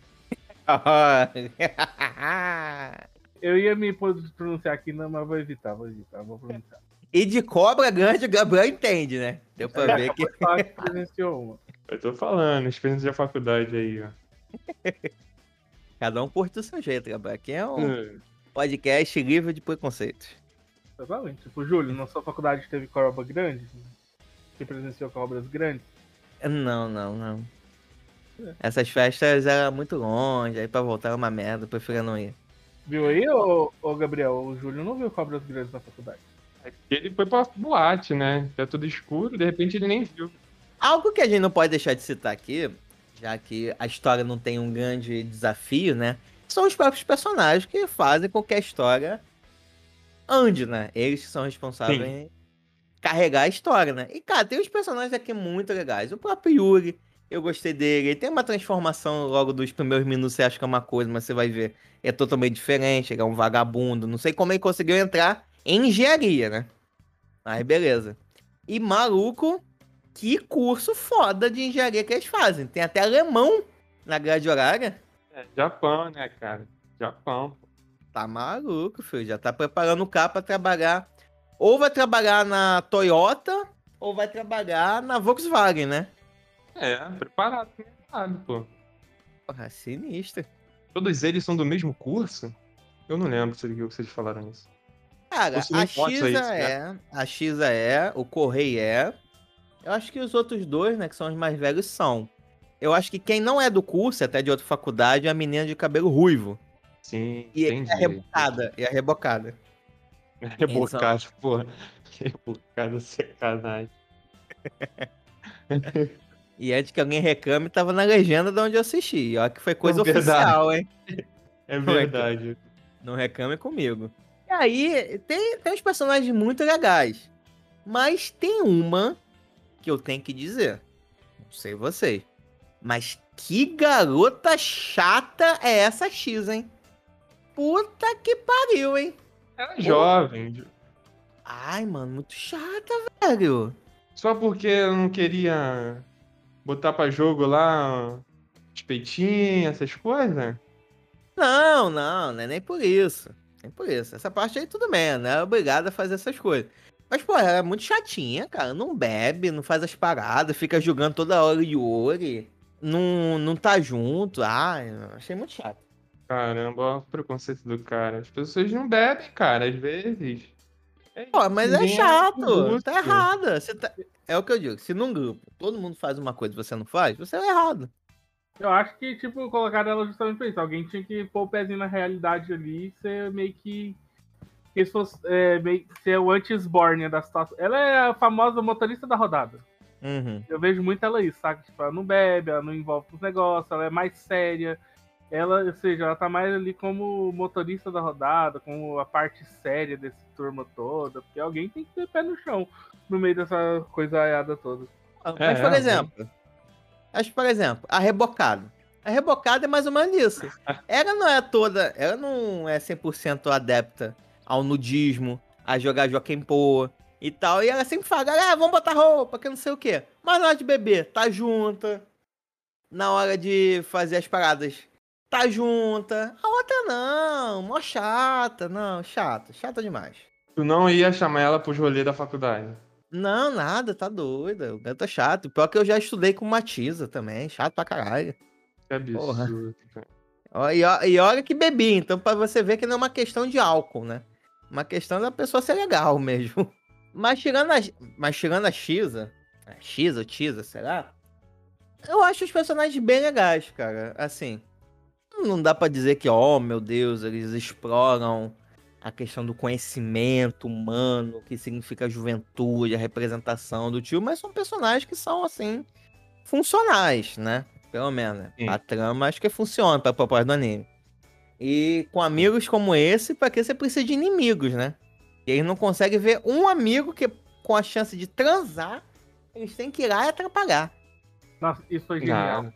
Eu ia me pronunciar aqui, não, mas vou evitar, vou pronunciar. E de cobra grande, o Gabriel entende, né? Deu pra ver que... presenciou uma. Eu tô falando, experiência de faculdade aí, ó. Cada um curte do seu jeito, Gabriel. Aqui é um podcast livre de preconceitos. Exatamente. Tipo, Júlio, na sua faculdade teve cobra grande? Você presenciou cobras grandes? Não. Essas festas eram muito longe, aí pra voltar era uma merda, eu preferia não ir. Viu aí, ô Gabriel? O Júlio não viu cobras grandes na faculdade. Ele foi pra boate, né? Tá tudo escuro, de repente ele nem viu. Algo que a gente não pode deixar de citar aqui, já que a história não tem um grande desafio, né? São os próprios personagens que fazem com que a história ande, né? Eles que são responsáveis em carregar a história, né? E, cara, tem uns personagens aqui muito legais. O próprio Yuri, eu gostei dele. Ele tem uma transformação logo dos primeiros minutos, você acha que é uma coisa, mas você vai ver, é totalmente diferente. Ele é um vagabundo. Não sei como ele conseguiu entrar em engenharia, né? Mas beleza. E maluco, que curso foda de engenharia que eles fazem. Tem até alemão na grade horária. Japão, né, cara? Japão. Tá maluco, filho. Já tá preparando o cara pra trabalhar. Ou vai trabalhar na Toyota, ou vai trabalhar na Volkswagen, né? Preparado, pô. Porra, sinistro. Todos eles são do mesmo curso? Eu não lembro se vocês falaram isso. Cara, a Xisa é, o Correia é. Eu acho que os outros dois, né, que são os mais velhos, são. Eu acho que quem não é do curso, até de outra faculdade, é a menina de cabelo ruivo. Sim, e entendi. É rebocada. Rebocada, porra. Rebocada, sacanagem. E antes que alguém reclame, tava na legenda de onde eu assisti. Olha que foi coisa oficial, hein? É verdade. Não reclame comigo. E aí, tem uns personagens muito legais. Mas tem uma que eu tenho que dizer. Não sei vocês. Mas que garota chata é essa X, hein? Puta que pariu, hein? Era jovem. Ai, mano, muito chata, velho. Só porque eu não queria botar pra jogo lá os peitinhos, essas coisas? Não é nem por isso. Nem por isso. Essa parte aí tudo bem, né? Obrigado a fazer essas coisas. Mas, pô, ela é muito chatinha, cara. Não bebe, não faz as paradas, fica jogando toda hora Yori. Não tá junto. Ai, achei muito chato. Caramba, olha o preconceito do cara. As pessoas não bebem, cara, às vezes. Pô, mas é chato. Tá errada. É o que eu digo. Se num grupo todo mundo faz uma coisa e você não faz, você é errado. Eu acho que, tipo, colocaram ela justamente pra isso. Alguém tinha que pôr o pezinho na realidade ali e ser meio que... se fosse meio que ser o anti-Sbornia da situação. Ela é a famosa motorista da rodada. Uhum. Eu vejo muito ela isso, sabe? Tipo, ela não bebe, ela não envolve com os negócios, ela é mais séria. Ela, ou seja, ela tá mais ali como motorista da rodada, como a parte séria desse turma toda, porque alguém tem que ter pé no chão no meio dessa coisa aiada toda. Mas, por exemplo, a Rebocada. A Rebocada é mais ou menos isso. Ela não é 100% adepta ao nudismo, a jogar Joaquim Pô e tal. E ela sempre fala, vamos botar roupa, que não sei o quê. Mas na hora de beber, tá junta. Na hora de fazer as paradas, tá junta. A outra não, mó chata. Não, chata demais. Tu não ia chamar ela pros rolês da faculdade? Não, nada, tá doida. Eu tô chato. Pior que eu já estudei com Matiza também, chato pra caralho. Que absurdo, cara. E olha que bebi, então pra você ver que não é uma questão de álcool, né? Uma questão da pessoa ser legal mesmo. Mas tirando a Xisa, ou Tisa, será? Eu acho os personagens bem legais, cara. Assim, não dá pra dizer que, meu Deus, eles exploram a questão do conhecimento humano, o que significa a juventude, a representação do tio, mas são personagens que são, assim, funcionais, né? Pelo menos. Sim. A trama acho que funciona pra propósito do anime. E com amigos como esse, pra que você precisa de inimigos, né? E eles não conseguem ver um amigo que, com a chance de transar, eles têm que ir lá e atrapalhar. Nossa, isso foi genial.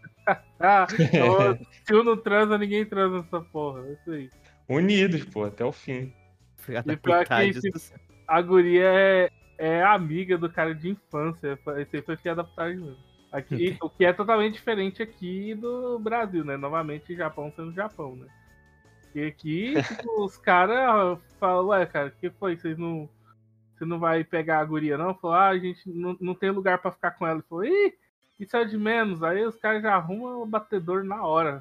Se um não transa, ninguém transa nessa porra. É isso aí. Unidos, pô, até o fim. E pior que a guria é amiga do cara de infância. Esse aí foi que adaptaram mesmo. Aqui, o que é totalmente diferente aqui do Brasil, né? Novamente, Japão sendo Japão, né? E aqui, tipo, os caras falam, cara, o que foi? Você não vai pegar a guria, não? Falou, a gente não tem lugar pra ficar com ela. Falou, isso é de menos. Aí os caras já arrumam o batedor na hora.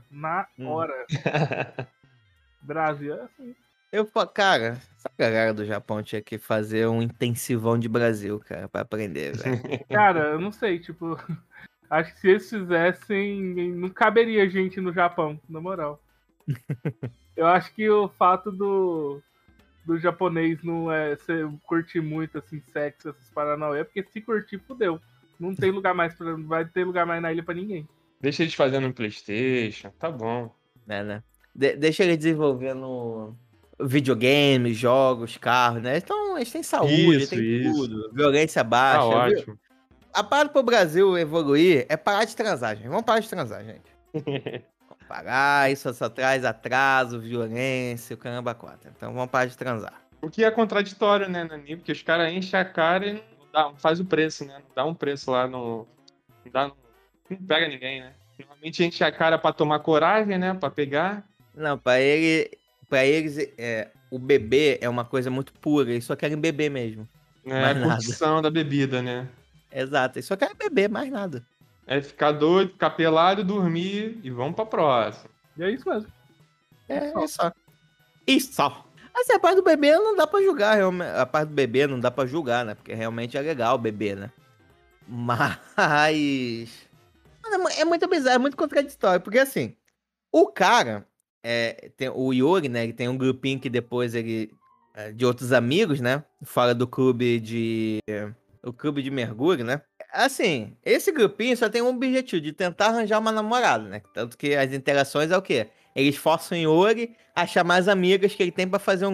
Brasil é assim. Cara, essa galera do Japão tinha que fazer um intensivão de Brasil, cara, pra aprender, velho. Cara, eu não sei, tipo, acho que se eles fizessem, não caberia gente no Japão, na moral. Eu acho que o fato do japonês não curtir muito, assim, sexo, essas paranauê, porque se curtir, fudeu. Não tem lugar mais vai ter lugar mais na ilha pra ninguém. Deixa eles fazendo no PlayStation, tá bom. Né? Deixa eles desenvolvendo videogames, jogos, carros, né? Então, eles têm saúde, tem tudo. Violência baixa. Ótimo. A parada pro Brasil evoluir é parar de transar, gente. Vamos parar de transar, gente. Vamos parar, isso só traz atraso, violência, o caramba 4. Então vamos parar de transar. O que é contraditório, né, Nani? Porque os caras enchem a cara e não faz o preço, né? Não dá um preço lá no... Não pega ninguém, né? Normalmente a gente é cara pra tomar coragem, né? Pra pegar. Não, pra eles, o bebê é uma coisa muito pura, eles só querem beber mesmo. É Mais a nada. curtição da bebida, né? Exato, eles só querem beber, mais nada. É ficar doido, ficar pelado, dormir e vamos pra próxima. E é isso mesmo. É só. E só. Assim, a parte do bebê não dá pra julgar, realmente. A parte do bebê não dá pra julgar, né? Porque realmente é legal beber, né? Mas... É muito bizarro, é muito contraditório, porque assim, o cara, tem o Yuri, né, ele tem um grupinho que depois ele, de outros amigos, né, fora do o clube de mergulho, né, assim, esse grupinho só tem um objetivo, de tentar arranjar uma namorada, né, tanto que as interações é o quê? Eles forçam o Yuri a chamar as amigas que ele tem pra fazer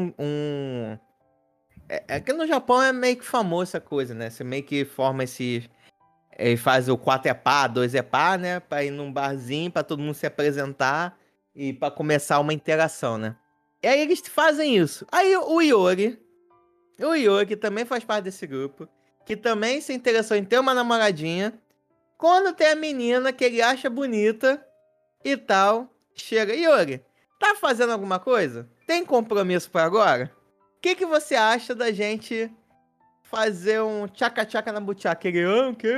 que no Japão é meio que famoso essa coisa, né, você meio que forma esses... Ele faz o 4 é pá, 2 é pá, né? Pra ir num barzinho, pra todo mundo se apresentar e pra começar uma interação, né? E aí eles fazem isso. Aí o Yuri, que também faz parte desse grupo, que também se interessou em ter uma namoradinha, quando tem a menina que ele acha bonita e tal, chega, Yuri, tá fazendo alguma coisa? Tem compromisso pra agora? O que você acha da gente fazer um tchaca-tchaca na buchaca? Ele, o que?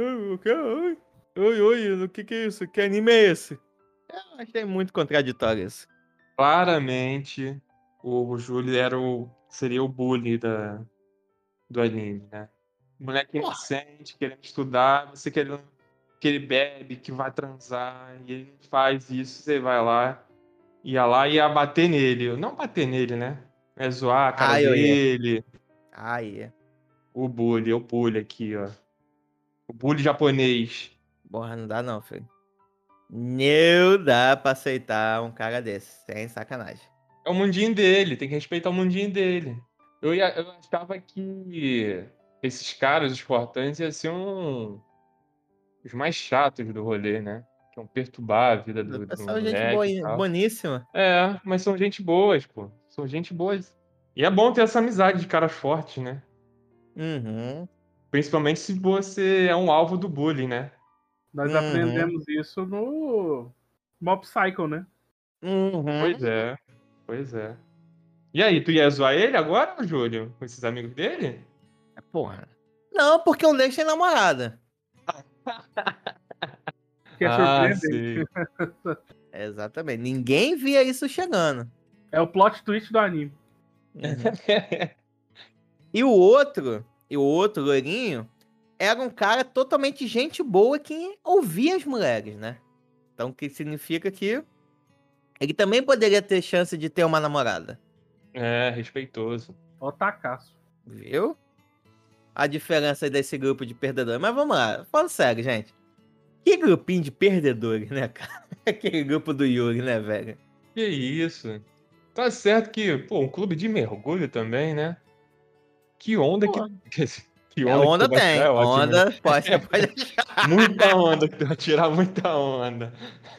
Oi, o que é isso? Que anime é esse? Eu achei muito contraditório isso. Claramente, o Júlio seria o bully do anime, né? Moleque inocente, querendo estudar, você querendo que ele bebe, que vai transar, e ele não faz isso, você vai lá, ia bater nele. Não bater nele, né? É zoar a cara dele. O bully aqui, ó. O bully japonês. Porra, não dá não, filho. Não dá pra aceitar um cara desse, sem sacanagem. É o mundinho dele, tem que respeitar o mundinho dele. Eu achava que esses caras, os fortões, iam ser os mais chatos do rolê, né? Que iam perturbar a vida O do pessoal é gente moleque e tal. boníssima. É, mas são gente boas, pô. São gente boas. E é bom ter essa amizade de caras fortes, né? Uhum. Principalmente se você é um alvo do bullying, né? Nós aprendemos isso no Mob Psycho, né? Pois é, pois é. E aí, tu ia zoar ele agora, Júlio? Com esses amigos dele? Porra. Não, porque o Lex tem namorada. Que é surpreendente. Sim. Exatamente. Ninguém via isso chegando. É o plot twist do anime. E o outro, loirinho, era um cara totalmente gente boa que ouvia as mulheres, né? Então, o que significa que ele também poderia ter chance de ter uma namorada. É, respeitoso. Otacaço. Viu? A diferença desse grupo de perdedores. Mas vamos lá, falando sério, gente. Que grupinho de perdedores, né, cara? Aquele grupo do Yuri, né, velho? Que isso. Tá certo que, pô, um clube de mergulho também, né? Que onda Pô. que onda que Onda tu vai tirar tem. é ótimo, né? Onda pode achar. Muita onda, que tu vai tirar muita onda.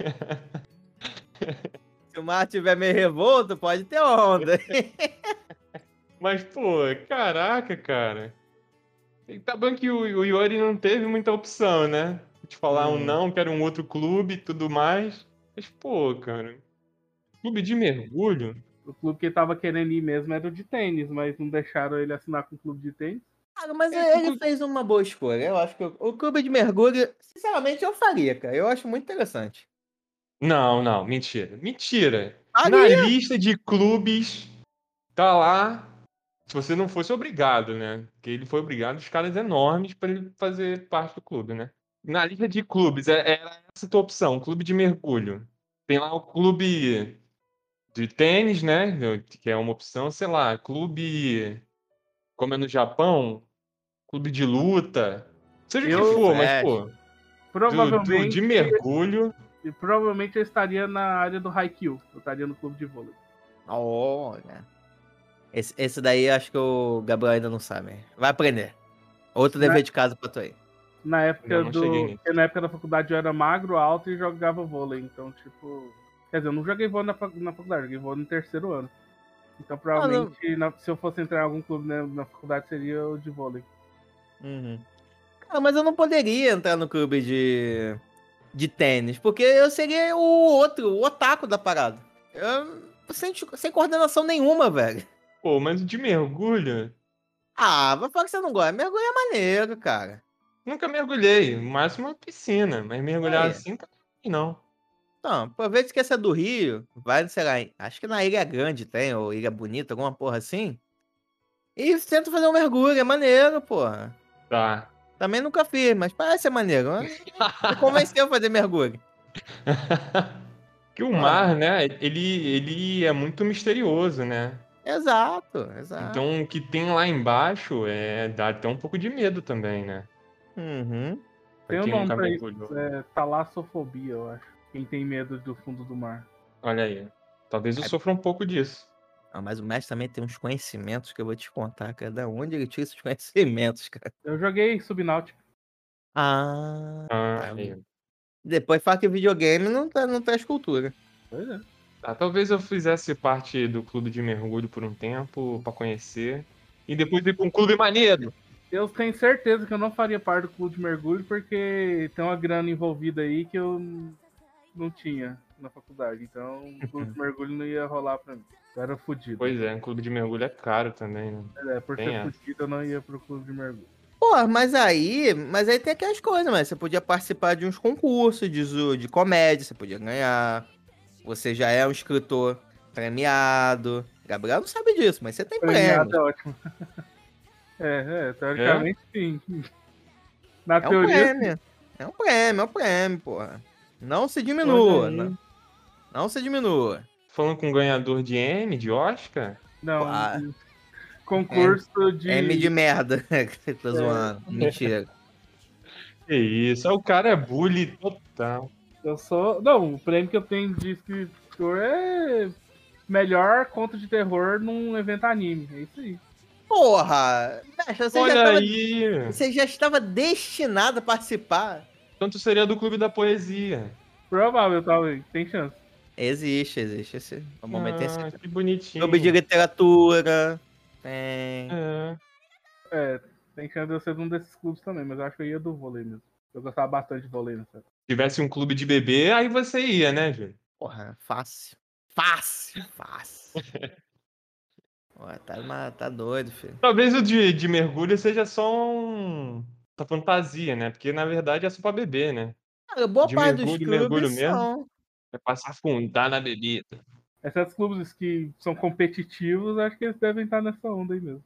Se o mar tiver meio revolto, pode ter onda. Mas, pô, caraca, cara. Tá bom que o Yuri não teve muita opção, né? De falar um não, quero um outro clube e tudo mais. Mas, pô, cara, clube de mergulho? O clube que ele tava querendo ir mesmo era o de tênis, mas não deixaram ele assinar com o clube de tênis. Cara, mas ele fez uma boa escolha. Eu acho que o clube de mergulho, sinceramente, eu faria, cara. Eu acho muito interessante. Não, mentira. Mentira. Faria. Na lista de clubes, tá lá. Se você não fosse obrigado, né? Porque ele foi obrigado, os caras enormes para ele fazer parte do clube, né? Na lista de clubes, era essa a tua opção, clube de mergulho. Tem lá o clube de tênis, né? Que é uma opção, sei lá, clube, como é no Japão, clube de luta, seja o que for, mas, pô, Provavelmente, de mergulho. E provavelmente eu estaria na área do Haikyuu. Eu estaria no clube de vôlei. Olha. Esse daí acho que o Gabriel ainda não sabe. Vai aprender. Outro dever de casa pra tu aí. Na época não na época da faculdade eu era magro, alto e jogava vôlei. Então, tipo. Quer dizer, eu não joguei vôlei na faculdade, joguei vôlei no terceiro ano. Então, provavelmente, se eu fosse entrar em algum clube na faculdade, seria o de vôlei. Uhum. Cara, mas eu não poderia entrar no clube de tênis, porque eu seria o outro, o otaku da parada. Sem coordenação nenhuma, velho. Pô, mas de mergulho, Ah, vai falar que você não gosta. Mergulho é maneiro, cara. nunca mergulhei. O máximo uma piscina, mas mergulhar Aí. assim, não. Não, aproveita que essa é do Rio, vai, sei lá, acho que na Ilha Grande tem, ou Ilha Bonita, alguma porra assim. E tenta fazer um mergulho, é maneiro, porra. Tá. Também nunca fiz, mas parece ser maneiro. Me convenceu a fazer mergulho. Que o Ó, mar, né, ele é muito misterioso, né? exato, exato. Então, o que tem lá embaixo dá até um pouco de medo também, né? Uhum. Pra Tem um quem nome nunca pra isso, mergulhou. talassofobia, eu acho. Quem tem medo do fundo do mar. Olha aí. Talvez eu sofra um pouco disso. Ah, mas o mestre também tem uns conhecimentos que eu vou te contar, cara. Da onde ele tira esses conhecimentos, cara? Eu joguei Subnáutica. Ah, Ah, tá. aí. Depois fala que videogame não traz cultura. Pois é. Tá, talvez eu fizesse parte do clube de mergulho por um tempo, pra conhecer. E depois ir pra um clube maneiro. Eu tenho certeza que eu não faria parte do clube de mergulho porque tem uma grana envolvida aí que eu não tinha na faculdade. Então, o clube de mergulho não ia rolar pra mim. Eu era fudido. Pois é, um clube de mergulho é caro também, né? Por Tem ser essa. fudido, eu não ia pro clube de mergulho. Pô, mas aí tem aquelas coisas, mas você podia participar de uns concursos de comédia, você podia ganhar. Você já é um escritor premiado. Gabriel não sabe disso, mas você tem Premiado prêmio. é ótimo. Teoricamente sim. Na É um teoria, sim. prêmio. É um prêmio, porra. Não se Olha diminua. aí. Não se diminua. Falando com um ganhador de M, de Oscar? Pô, Não, concurso de. M de merda. Tô zoando. Mentira. Que isso, o cara é bully total. Eu sou. Não, o prêmio que eu tenho de escritor é melhor conto de terror num evento anime. É isso aí. Porra! Mestre, Olha aí! você já estava destinado a participar. Tanto seria do Clube da Poesia. Provável, talvez. Tem chance. Existe esse. No momento tem esse. Que bonitinho. Clube de literatura. Tem. Tem chance de eu ser de um desses clubes também, mas eu acho que eu ia do vôlei mesmo. Eu gostava bastante de vôlei, né? Se tivesse um clube de bebê, aí você ia, né, Júlio? Porra, fácil. Fácil. Pô, tá doido, filho. Talvez o de mergulho seja só uma fantasia, né? Porque na verdade é só pra beber, né? Cara, boa De parte dos mergulho clubes mesmo, são. é pra se afundar na bebida. Esses clubes que são competitivos, acho que eles devem estar nessa onda aí mesmo.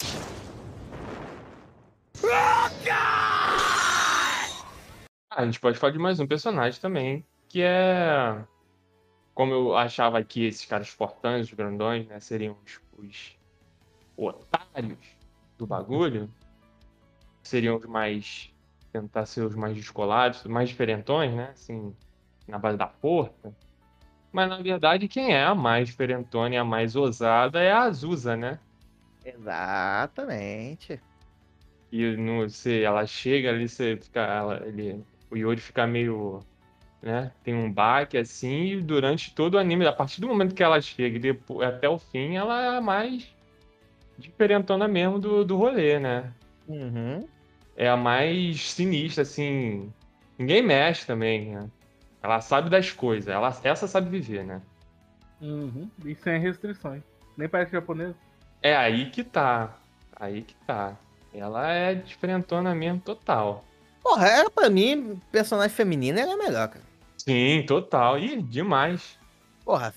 A gente pode falar de mais um personagem também, que é... Como eu achava que esses caras fortões, os grandões, né, seriam os otários do bagulho, seriam os mais... Tentar ser os mais descolados, mais diferentões, né, assim, na base da força. Mas, na verdade, quem é a mais diferentona e a mais ousada é a Azusa, né? Exatamente. E ela chega ali, o Yori fica meio, né? Tem um baque assim, e durante todo o anime, a partir do momento que ela chega e depois, até o fim, ela é a mais diferentona mesmo do rolê, né? Uhum. É a mais sinistra, assim. Ninguém mexe também, né? Ela sabe das coisas, essa sabe viver, né? Uhum. E sem restrições. Nem parece japonês. É aí que tá. Aí que tá. Ela é diferentona mesmo, total. Porra, pra mim, personagem feminina era melhor, cara. Sim, total. Ih, demais. Porra,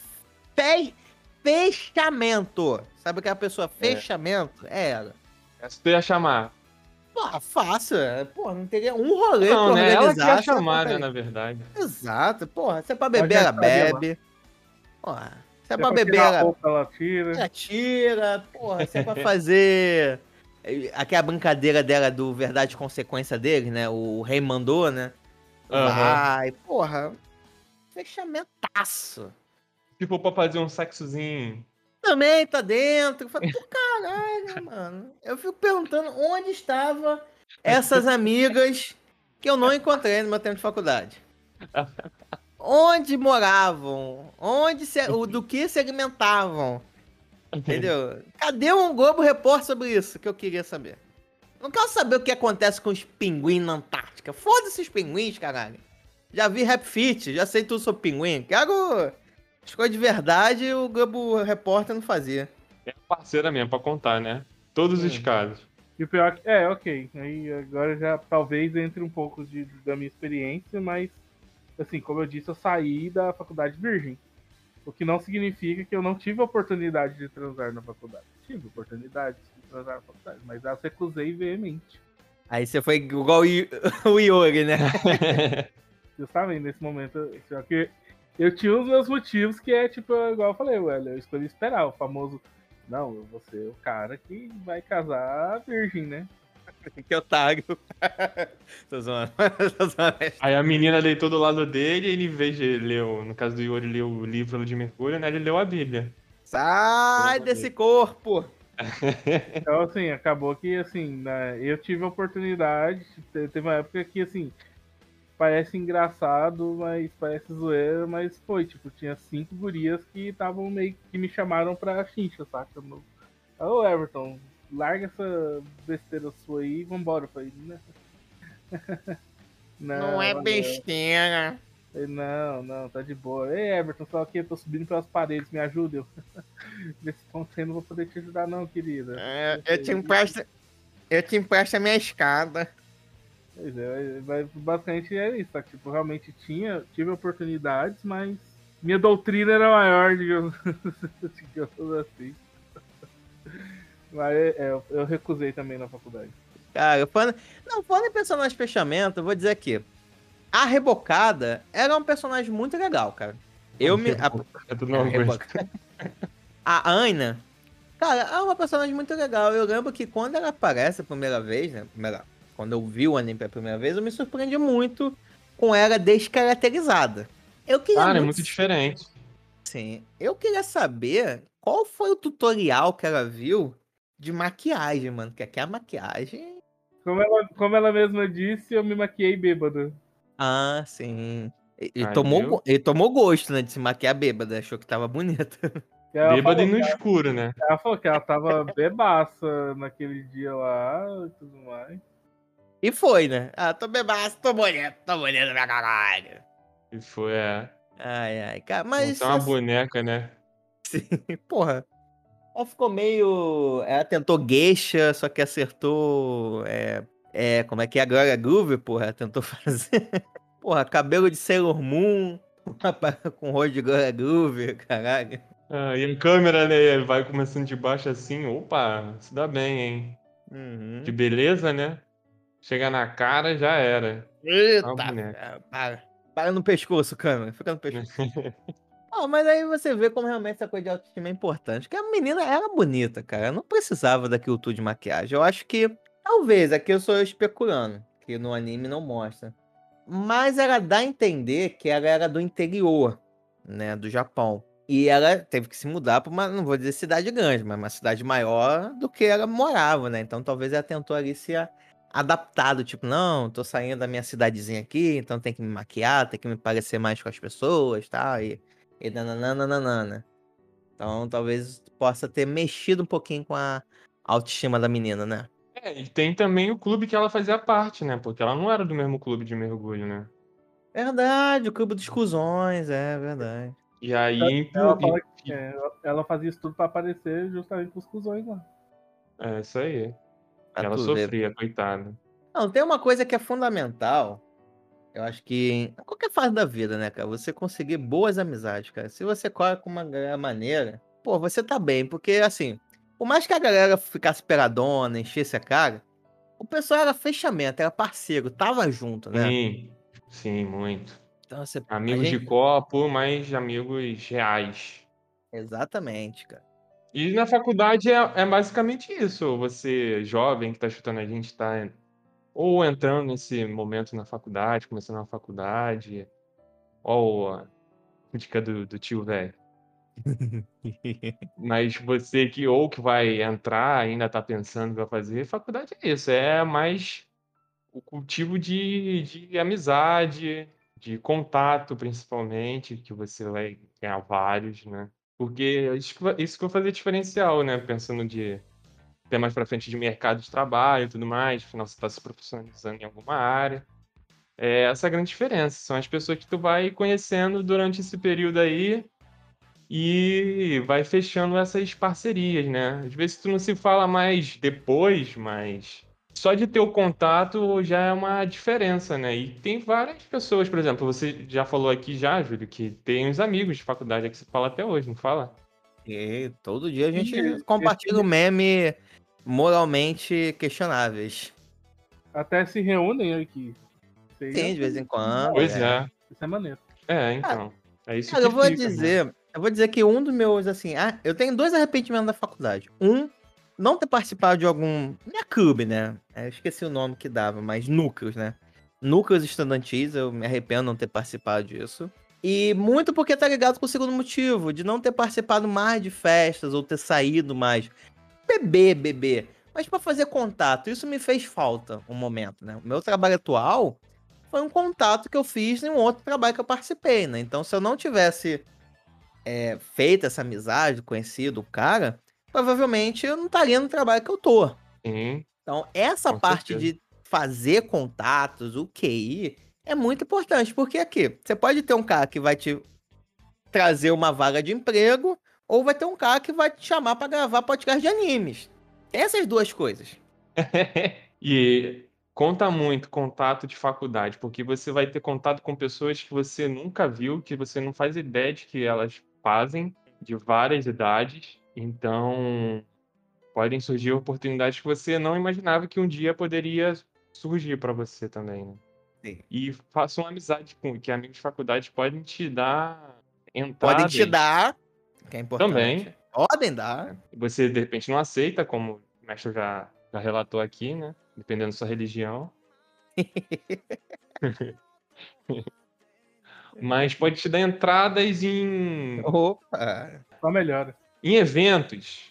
fechamento. Sabe aquela pessoa fechamento? É ela. Essa tu ia chamar. Porra, fácil. Porra, não teria um rolê Não, pra né? Ela que ia organizar. chamar, né, na verdade. Exato. Porra, se é pra beber, já ela estaria lá. bebe. Porra, se é Se pra é beber, tirar a ela roupa, ela tira. tira. Porra, se é pra fazer aquela brincadeira dela do verdade e consequência dele, né? O rei mandou, né? Aham. Vai. Porra, fechamentaço. Se for pra fazer um sexozinho. Também tá dentro. Eu falei, pô, caralho, mano. Eu fico perguntando onde estavam essas amigas que eu não encontrei no meu tempo de faculdade. Onde moravam? Do que se alimentavam? Entendeu? Cadê um Globo Repórter sobre isso que eu queria saber? Não quero saber o que acontece com os pinguins na Antártica. Foda-se os pinguins, caralho. Já vi Rap Fit, já sei tudo sobre pinguim. Quero as coisas de verdade, o Globo Repórter não fazia. É parceira mesmo pra contar, né? Todos os casos. E o pior que. Ok. Aí agora já talvez entre um pouco da minha experiência, mas assim, como eu disse, eu saí da faculdade virgem. O que não significa que eu não tive a oportunidade de transar na faculdade. Tive oportunidade de transar na faculdade, mas eu recusei veemente. Aí você foi igual o Iori, né? Justamente nesse momento. Só que eu tinha os meus motivos, que é tipo, igual eu falei, velho, eu escolhi esperar, o famoso. Não, eu vou ser o cara que vai casar virgem, né? Que otário. Tô zoando. Tô zoando. Aí a menina deitou do lado dele e ele, em vez de ler, no caso do Yuri, ler o livro de Mercúrio, né? Ele leu a Bíblia. Sai desse corpo. Então, assim, acabou que, assim, né, eu tive a oportunidade, teve uma época que, assim, parece engraçado, mas parece zoeira, mas foi, tipo, tinha 5 gurias que estavam meio que me chamaram pra chincha, saca? Ô, Everton, larga essa besteira sua aí e vambora. Eu falei, né? Não é besteira. Não, tá de boa. Ei, Everton, só que eu tô subindo pelas paredes, me ajuda. Nesse ponto aí não vou poder te ajudar, não, querida. Eu te empresto a minha escada. Pois é, mas basicamente é isso, tá? Tipo, realmente tive oportunidades, mas minha doutrina era maior, digamos assim. Mas eu recusei também na faculdade. Cara, falando em personagem de fechamento, eu vou dizer aqui. A Rebocada era um personagem muito legal, cara. A Aina, cara, é uma personagem muito legal. Eu lembro que quando ela aparece a primeira vez, né? Quando eu vi o anime pela primeira vez, eu me surpreendi muito com ela descaracterizada. Cara, é muito diferente. Sim. Eu queria saber qual foi o tutorial que ela viu de maquiagem, mano. Que aqui a maquiagem. Como ela mesma disse, eu me maquiei bêbado. Ah, sim. Ele tomou gosto, né, de se maquiar bêbada. Achou que tava bonita. Bêbada e no escuro, né? Ela falou que ela tava bebaça naquele dia lá e tudo mais. E foi, né? Ah, tô bebaço, tô bonito pra caralho. E foi, Ai, cara, mas... Montar uma boneca, né? Sim, porra. Ela ficou meio... Ela tentou geisha, só que acertou... como é que é? Agora Groove, porra. Ela tentou fazer... Porra, cabelo de Sailor Moon, com rosto de Gloria Groove, caralho. E a câmera, né, vai começando de baixo assim, opa, se dá bem, hein? Uhum. De beleza, né? Chega na cara, já era. Eita, para no pescoço, câmera, fica no pescoço. Mas aí você vê como realmente essa coisa de autoestima é importante. Porque a menina era bonita, cara. Não precisava daquilo tudo de maquiagem. Eu acho que, talvez, aqui eu sou eu especulando, que no anime não mostra. Mas ela dá a entender que ela era do interior, né, do Japão. E ela teve que se mudar para uma, não vou dizer cidade grande, mas uma cidade maior do que ela morava, né? Então talvez ela tentou ali se adaptar, do tipo, não, tô saindo da minha cidadezinha aqui, então tem que me maquiar, tem que me parecer mais com as pessoas, tá? E nananana. Então talvez possa ter mexido um pouquinho com a autoestima da menina, né? E tem também o clube que ela fazia parte, né? Porque ela não era do mesmo clube de mergulho, né? Verdade, o clube dos cuzões, é verdade. E aí... Ela fazia isso tudo pra aparecer justamente pros cuzões lá. É, isso aí. Ela sofria, coitada. Não, tem uma coisa que é fundamental. Eu acho que em qualquer fase da vida, né, cara? Você conseguir boas amizades, cara. Se você corre com uma galera maneira, pô, você tá bem. Porque, assim, por mais que a galera ficasse pegadona, enchesse a cara, o pessoal era fechamento, era parceiro, tava junto, né? Sim, muito. Então, amigos de copo, mas amigos reais. Exatamente, cara. E na faculdade é basicamente isso. Você, jovem, que tá chutando a gente, tá ou entrando nesse momento na faculdade, começando na faculdade, ou a dica do tio velho. Mas você que vai entrar, ainda tá pensando o que vai fazer, faculdade é isso, é mais o cultivo de amizade, de contato, principalmente, que você vai ganhar vários, né? Porque isso que vai fazer diferencial, né? Pensando de até mais pra frente de mercado de trabalho e tudo mais, afinal você tá se profissionalizando em alguma área. Essa é a grande diferença, são as pessoas que tu vai conhecendo durante esse período aí e vai fechando essas parcerias, né? Às vezes tu não se fala mais depois, mas só de ter o contato já é uma diferença, né? E tem várias pessoas, por exemplo, você já falou aqui já, Júlio, que tem uns amigos de faculdade que você fala até hoje, não fala? E todo dia a gente E compartilha um meme moralmente questionáveis. até se reúnem aqui. Sim, de vez em quando. Pois é. Isso é maneiro. Então. É isso Cara, que eu vou fica, né? dizer que um dos meus, assim, eu tenho 2 arrependimentos da faculdade. Um, não ter participado de algum, não é clube, né? Eu esqueci o nome que dava, mas núcleos, né? Núcleos estudantis, eu me arrependo de não ter participado disso. E muito porque tá ligado com o segundo motivo, de não ter participado mais de festas ou ter saído mais. Beber. Mas pra fazer contato, isso me fez falta um momento, né? O meu trabalho atual foi um contato que eu fiz em um outro trabalho que eu participei, né? Então, se eu não tivesse feito essa amizade, conhecido o cara, provavelmente eu não estaria no trabalho que eu tô. Sim, Então, essa com parte certeza. de fazer contatos, o QI, é muito importante, porque aqui, você pode ter um cara que vai te trazer uma vaga de emprego, ou vai ter um cara que vai te chamar pra gravar podcast de animes. Tem essas duas coisas. E conta muito contato de faculdade, porque você vai ter contato com pessoas que você nunca viu, que você não faz ideia de que elas fazem, de várias idades. Então, podem surgir oportunidades que você não imaginava que um dia poderia surgir para você também, né? Sim. E faça uma amizade com que amigos de faculdade podem te dar Podem te entradas dar, que é importante. também. Podem dar. Você de repente não aceita, como o mestre já relatou aqui, né? Dependendo da sua religião. Mas pode te dar entradas Opa! Só melhora. em eventos.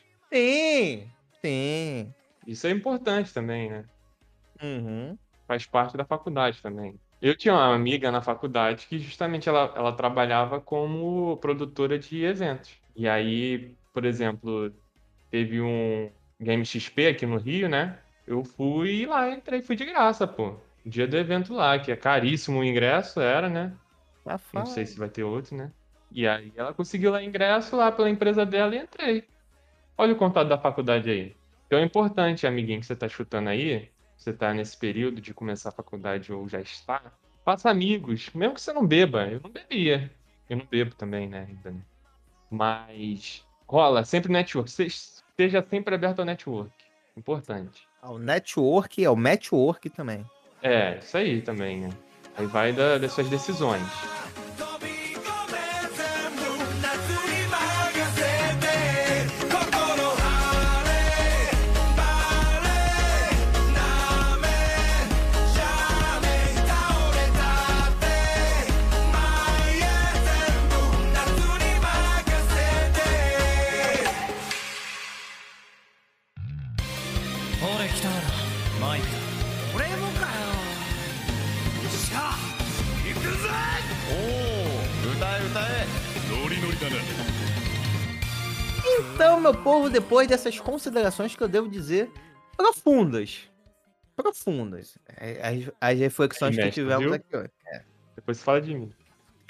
Sim. Isso é importante também, né? Uhum. Faz parte da faculdade também. Eu tinha uma amiga na faculdade que justamente ela trabalhava como produtora de eventos. E aí, por exemplo, teve um Game XP aqui no Rio, né? Eu fui lá, entrei, fui de graça, pô. Dia do evento lá, que é caríssimo o ingresso, era, né? Não sei se vai ter outro, né? E aí ela conseguiu lá ingresso lá pela empresa dela e entrei. Olha o contato da faculdade aí. Então é importante, amiguinho, que você tá chutando aí, você tá nesse período de começar a faculdade ou já está, faça amigos, mesmo que você não beba. Eu não bebia. Eu não bebo também, né, ainda. Mas rola, sempre network. Esteja sempre aberto ao network. Importante. O network é o matchwork também. Isso aí também, né? Aí vai das suas decisões. Então, meu povo, depois dessas considerações que eu devo dizer profundas, as reflexões que Mestre, tivemos viu? aqui hoje. Depois fala de mim.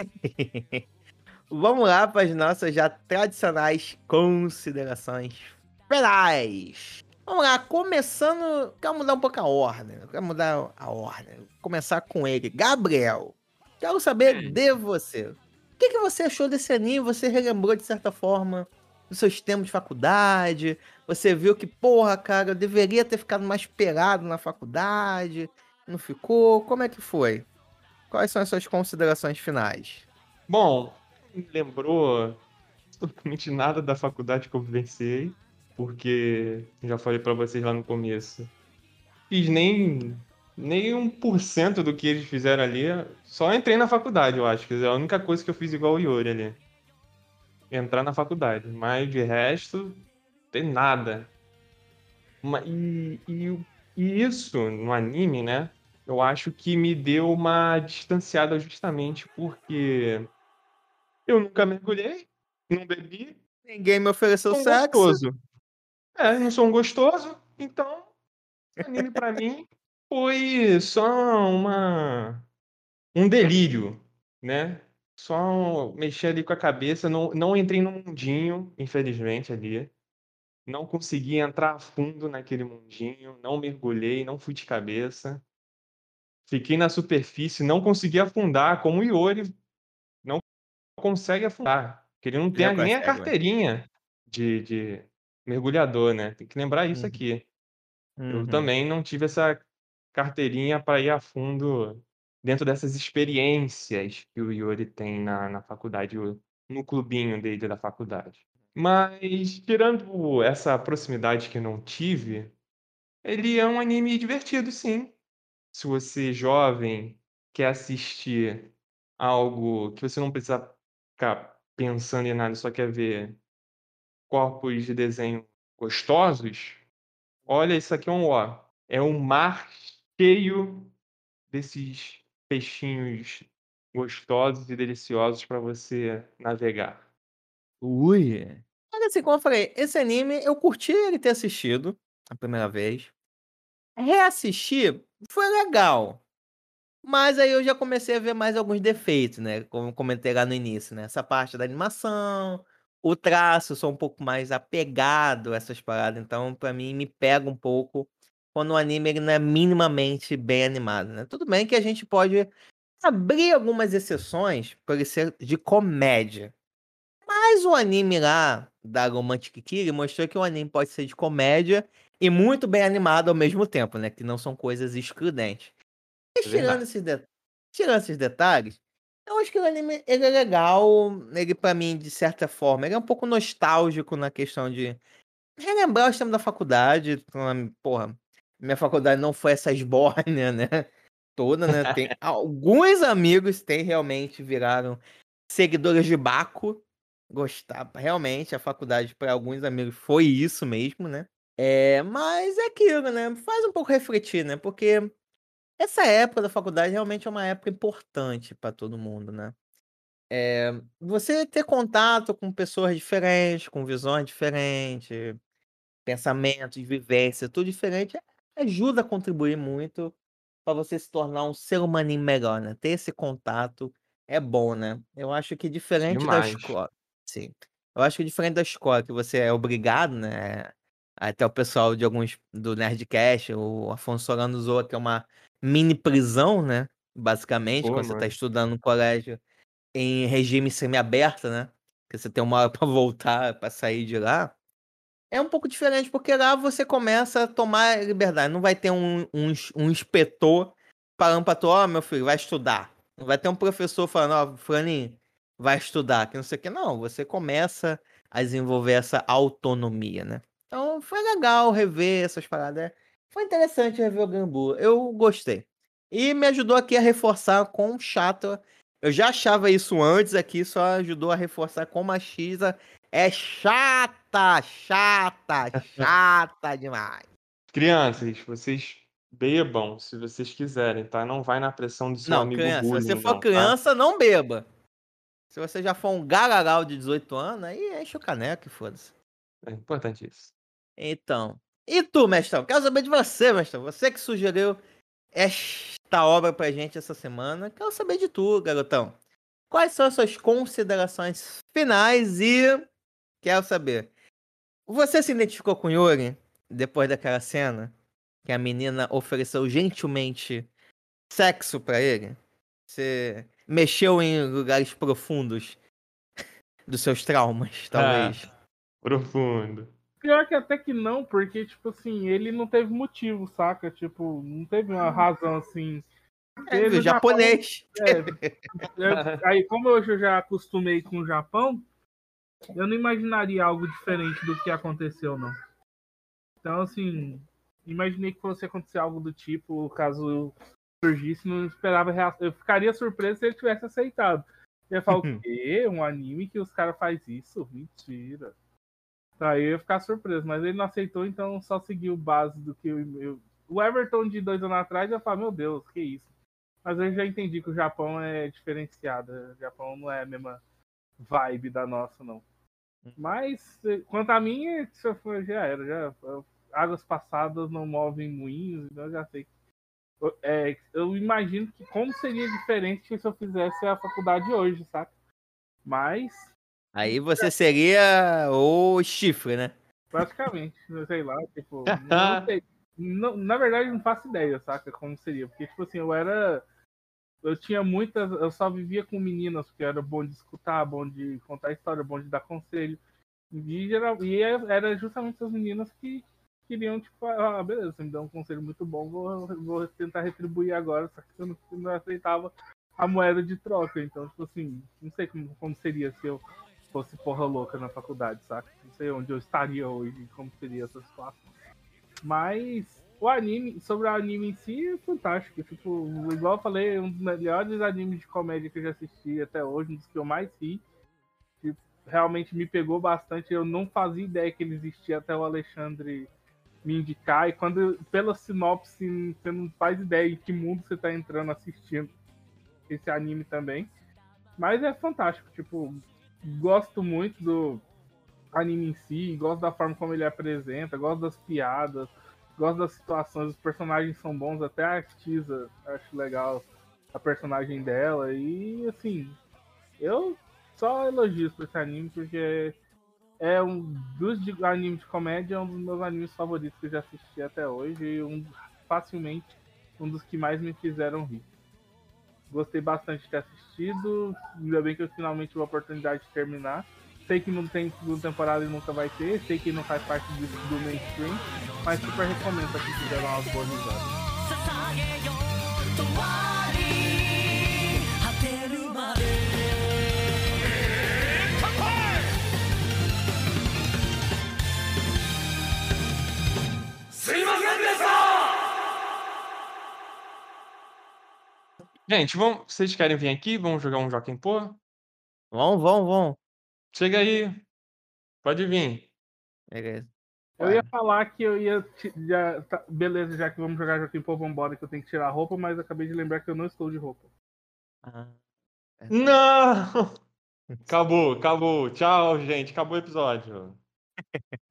Vamos lá para as nossas já tradicionais considerações finais. Vamos lá, começando. Quero mudar um pouco a ordem. Vou começar com ele, Gabriel. Quero saber de você. O que você achou desse anime? Você relembrou de certa forma dos seus tempos de faculdade? Você viu que, porra, cara, eu deveria ter ficado mais pelado na faculdade? Não ficou? Como é que foi? Quais são as suas considerações finais? Bom, não me lembrou absolutamente nada da faculdade que eu vivenciei, porque já falei pra vocês lá no começo. Fiz nem 1% do que eles fizeram ali. Só entrei na faculdade, eu acho. Quer dizer, a única coisa que eu fiz igual o Yuri ali. Entrar na faculdade. Mas de resto, tem nada. E isso no anime, né? Eu acho que me deu uma distanciada justamente porque eu nunca mergulhei, não bebi, Ninguém me ofereceu tão sexo. gostoso. não sou um gostoso, então o anime pra mim foi só um delírio, né? Só mexer ali com a cabeça, não entrei no mundinho, infelizmente, ali. Não consegui entrar a fundo naquele mundinho, não mergulhei, não fui de cabeça. Fiquei na superfície, não consegui afundar, como o Iori não consegue afundar. Porque ele não tem Já nem a consegue, vai. carteirinha de mergulhador, né? Tem que lembrar isso Uhum. aqui. Eu Uhum. também não tive essa carteirinha para ir a fundo dentro dessas experiências que o Iori tem na faculdade, no clubinho dele da faculdade. Mas, tirando essa proximidade que eu não tive, ele é um anime divertido, sim. Se você, jovem, quer assistir algo que você não precisa ficar pensando em nada, só quer ver corpos de desenho gostosos, olha, isso aqui é um ó. É um mar cheio desses peixinhos gostosos e deliciosos para você navegar. Ui. Olha assim, como eu falei, esse anime eu curti ele ter assistido a primeira vez. Reassistir foi legal. Mas aí eu já comecei a ver mais alguns defeitos, né? Como eu comentei lá no início, né? Essa parte da animação, o traço, eu sou um pouco mais apegado a essas paradas. Então, pra mim, me pega um pouco quando o anime ele não é minimamente bem animado, né? Tudo bem que a gente pode abrir algumas exceções por ele ser de comédia. Mas o anime lá da Romantic Killer mostrou que o anime pode ser de comédia e muito bem animado ao mesmo tempo, né? Que não são coisas excludentes. É Mas verdade. tirando esses detalhes, eu acho que o anime ele é legal. Ele, pra mim, de certa forma, ele é um pouco nostálgico na questão de relembrar os tempos da faculdade. Então, porra, minha faculdade não foi essa esbórnia, né? Toda, né? Tem alguns amigos que realmente viraram seguidores de Baco. Gostava, realmente, a faculdade para alguns amigos foi isso mesmo, né? Mas é aquilo, né? Faz um pouco refletir, né? Porque essa época da faculdade realmente é uma época importante para todo mundo, né? Você ter contato com pessoas diferentes, com visões diferentes, pensamentos, vivência, tudo diferente, ajuda a contribuir muito para você se tornar um ser humaninho melhor, né? Ter esse contato é bom, né? Eu acho que diferente da Demais. escola, sim. Eu acho que diferente da escola, que você é obrigado, né? Até o pessoal de alguns do Nerdcast, o Afonso Solano usou que é uma mini prisão, né? Basicamente, Pô, quando você está mano. estudando no colégio em regime semiaberto, né? Que você tem uma hora para voltar, para sair de lá. É um pouco diferente, porque lá você começa a tomar liberdade. Não vai ter um inspetor falando pra tu, ó, meu filho, vai estudar. Não vai ter um professor falando, ó, Fulaninho, vai estudar, que não sei o que. Não, você começa a desenvolver essa autonomia, né? Então foi legal rever essas paradas. Foi interessante rever o Gambu. Eu gostei. E me ajudou aqui a reforçar quão chato. Eu já achava isso antes aqui, só ajudou a reforçar como a Xisa é chata, chata, chata demais. Crianças, vocês bebam se vocês quiserem, tá? Não vai na pressão do seu Não, amigo criança, se você bullying, for não, tá? criança, não beba. Se você já for um garagal de 18 anos, aí enche o caneco e foda-se. É importante isso. Então, e tu, mestrão? Quero saber de você, mestrão. Você que sugeriu esta obra pra gente essa semana. Quero saber de tu, garotão. Quais são as suas considerações finais e quero saber, você se identificou com Yuri depois daquela cena que a menina ofereceu gentilmente sexo pra ele? Você mexeu em lugares profundos dos seus traumas, Ah, talvez? profundo. Pior que até que não, porque, tipo assim, ele não teve motivo, saca? Tipo, não teve uma razão assim. Porque Viu, no Japão, japonês. é, aí como eu já acostumei com o Japão, eu não imaginaria algo diferente do que aconteceu, não. Então, assim, imaginei que fosse acontecer algo do tipo, caso surgisse, não esperava reação. Eu ficaria surpreso se ele tivesse aceitado. Eu ia falar, o quê? Um anime que os caras fazem isso? Mentira. Aí eu ia ficar surpreso, mas ele não aceitou, então só seguiu o base do que o Everton de 2 anos atrás ia falar, meu Deus, que isso. Mas eu já entendi que o Japão é diferenciado. O Japão não é a mesma vibe da nossa, não. Mas, quanto a mim, já era. Águas passadas não movem moinhos, então eu já sei. Eu imagino que como seria diferente se eu fizesse a faculdade hoje, saca? Mas. Aí você seria o chifre, né? Praticamente, sei lá, tipo, não sei. Na verdade, não faço ideia, saca? Como seria. Porque, tipo assim, eu tinha muitas. Eu só vivia com meninas, porque era bom de escutar, bom de contar história, bom de dar conselho. E era justamente essas meninas que queriam, tipo, beleza, você me deu um conselho muito bom, vou tentar retribuir agora, só que eu não aceitava a moeda de troca. Então, tipo assim, não sei como seria se eu fosse porra louca na faculdade, saca? Não sei onde eu estaria hoje, como seria essa situação. Mas o anime, sobre o anime em si, é fantástico. Tipo, igual eu falei, um dos melhores animes de comédia que eu já assisti até hoje, um dos que eu mais ri. Tipo, realmente me pegou bastante. Eu não fazia ideia que ele existia até o Alexandre me indicar. E quando, pela sinopse, você não faz ideia em que mundo você tá entrando assistindo esse anime também. Mas é fantástico. Tipo, gosto muito do anime em si, gosto da forma como ele apresenta, gosto das piadas, gosto das situações, os personagens são bons, até a Tisa, acho legal a personagem dela, e assim, eu só elogios pra esse anime, porque é um dos animes de comédia, é um dos meus animes favoritos que eu já assisti até hoje, e facilmente um dos que mais me fizeram rir. Gostei bastante de ter assistido, ainda bem que eu finalmente tive a oportunidade de terminar. Sei que não tem segunda temporada e nunca vai ter, sei que não faz parte do mainstream, mas super recomendo pra quem quiser dar umas boas risadas. Gente, vocês querem vir aqui? Vamos jogar um Joaquim Pô? Vamos. Chega aí. Pode vir. Beleza. Eu ia falar que eu ia. Beleza, já que vamos jogar Joaquim Pô, vambora, que eu tenho que tirar a roupa, mas acabei de lembrar que eu não estou de roupa. Não! Acabou. Tchau, gente. Acabou o episódio.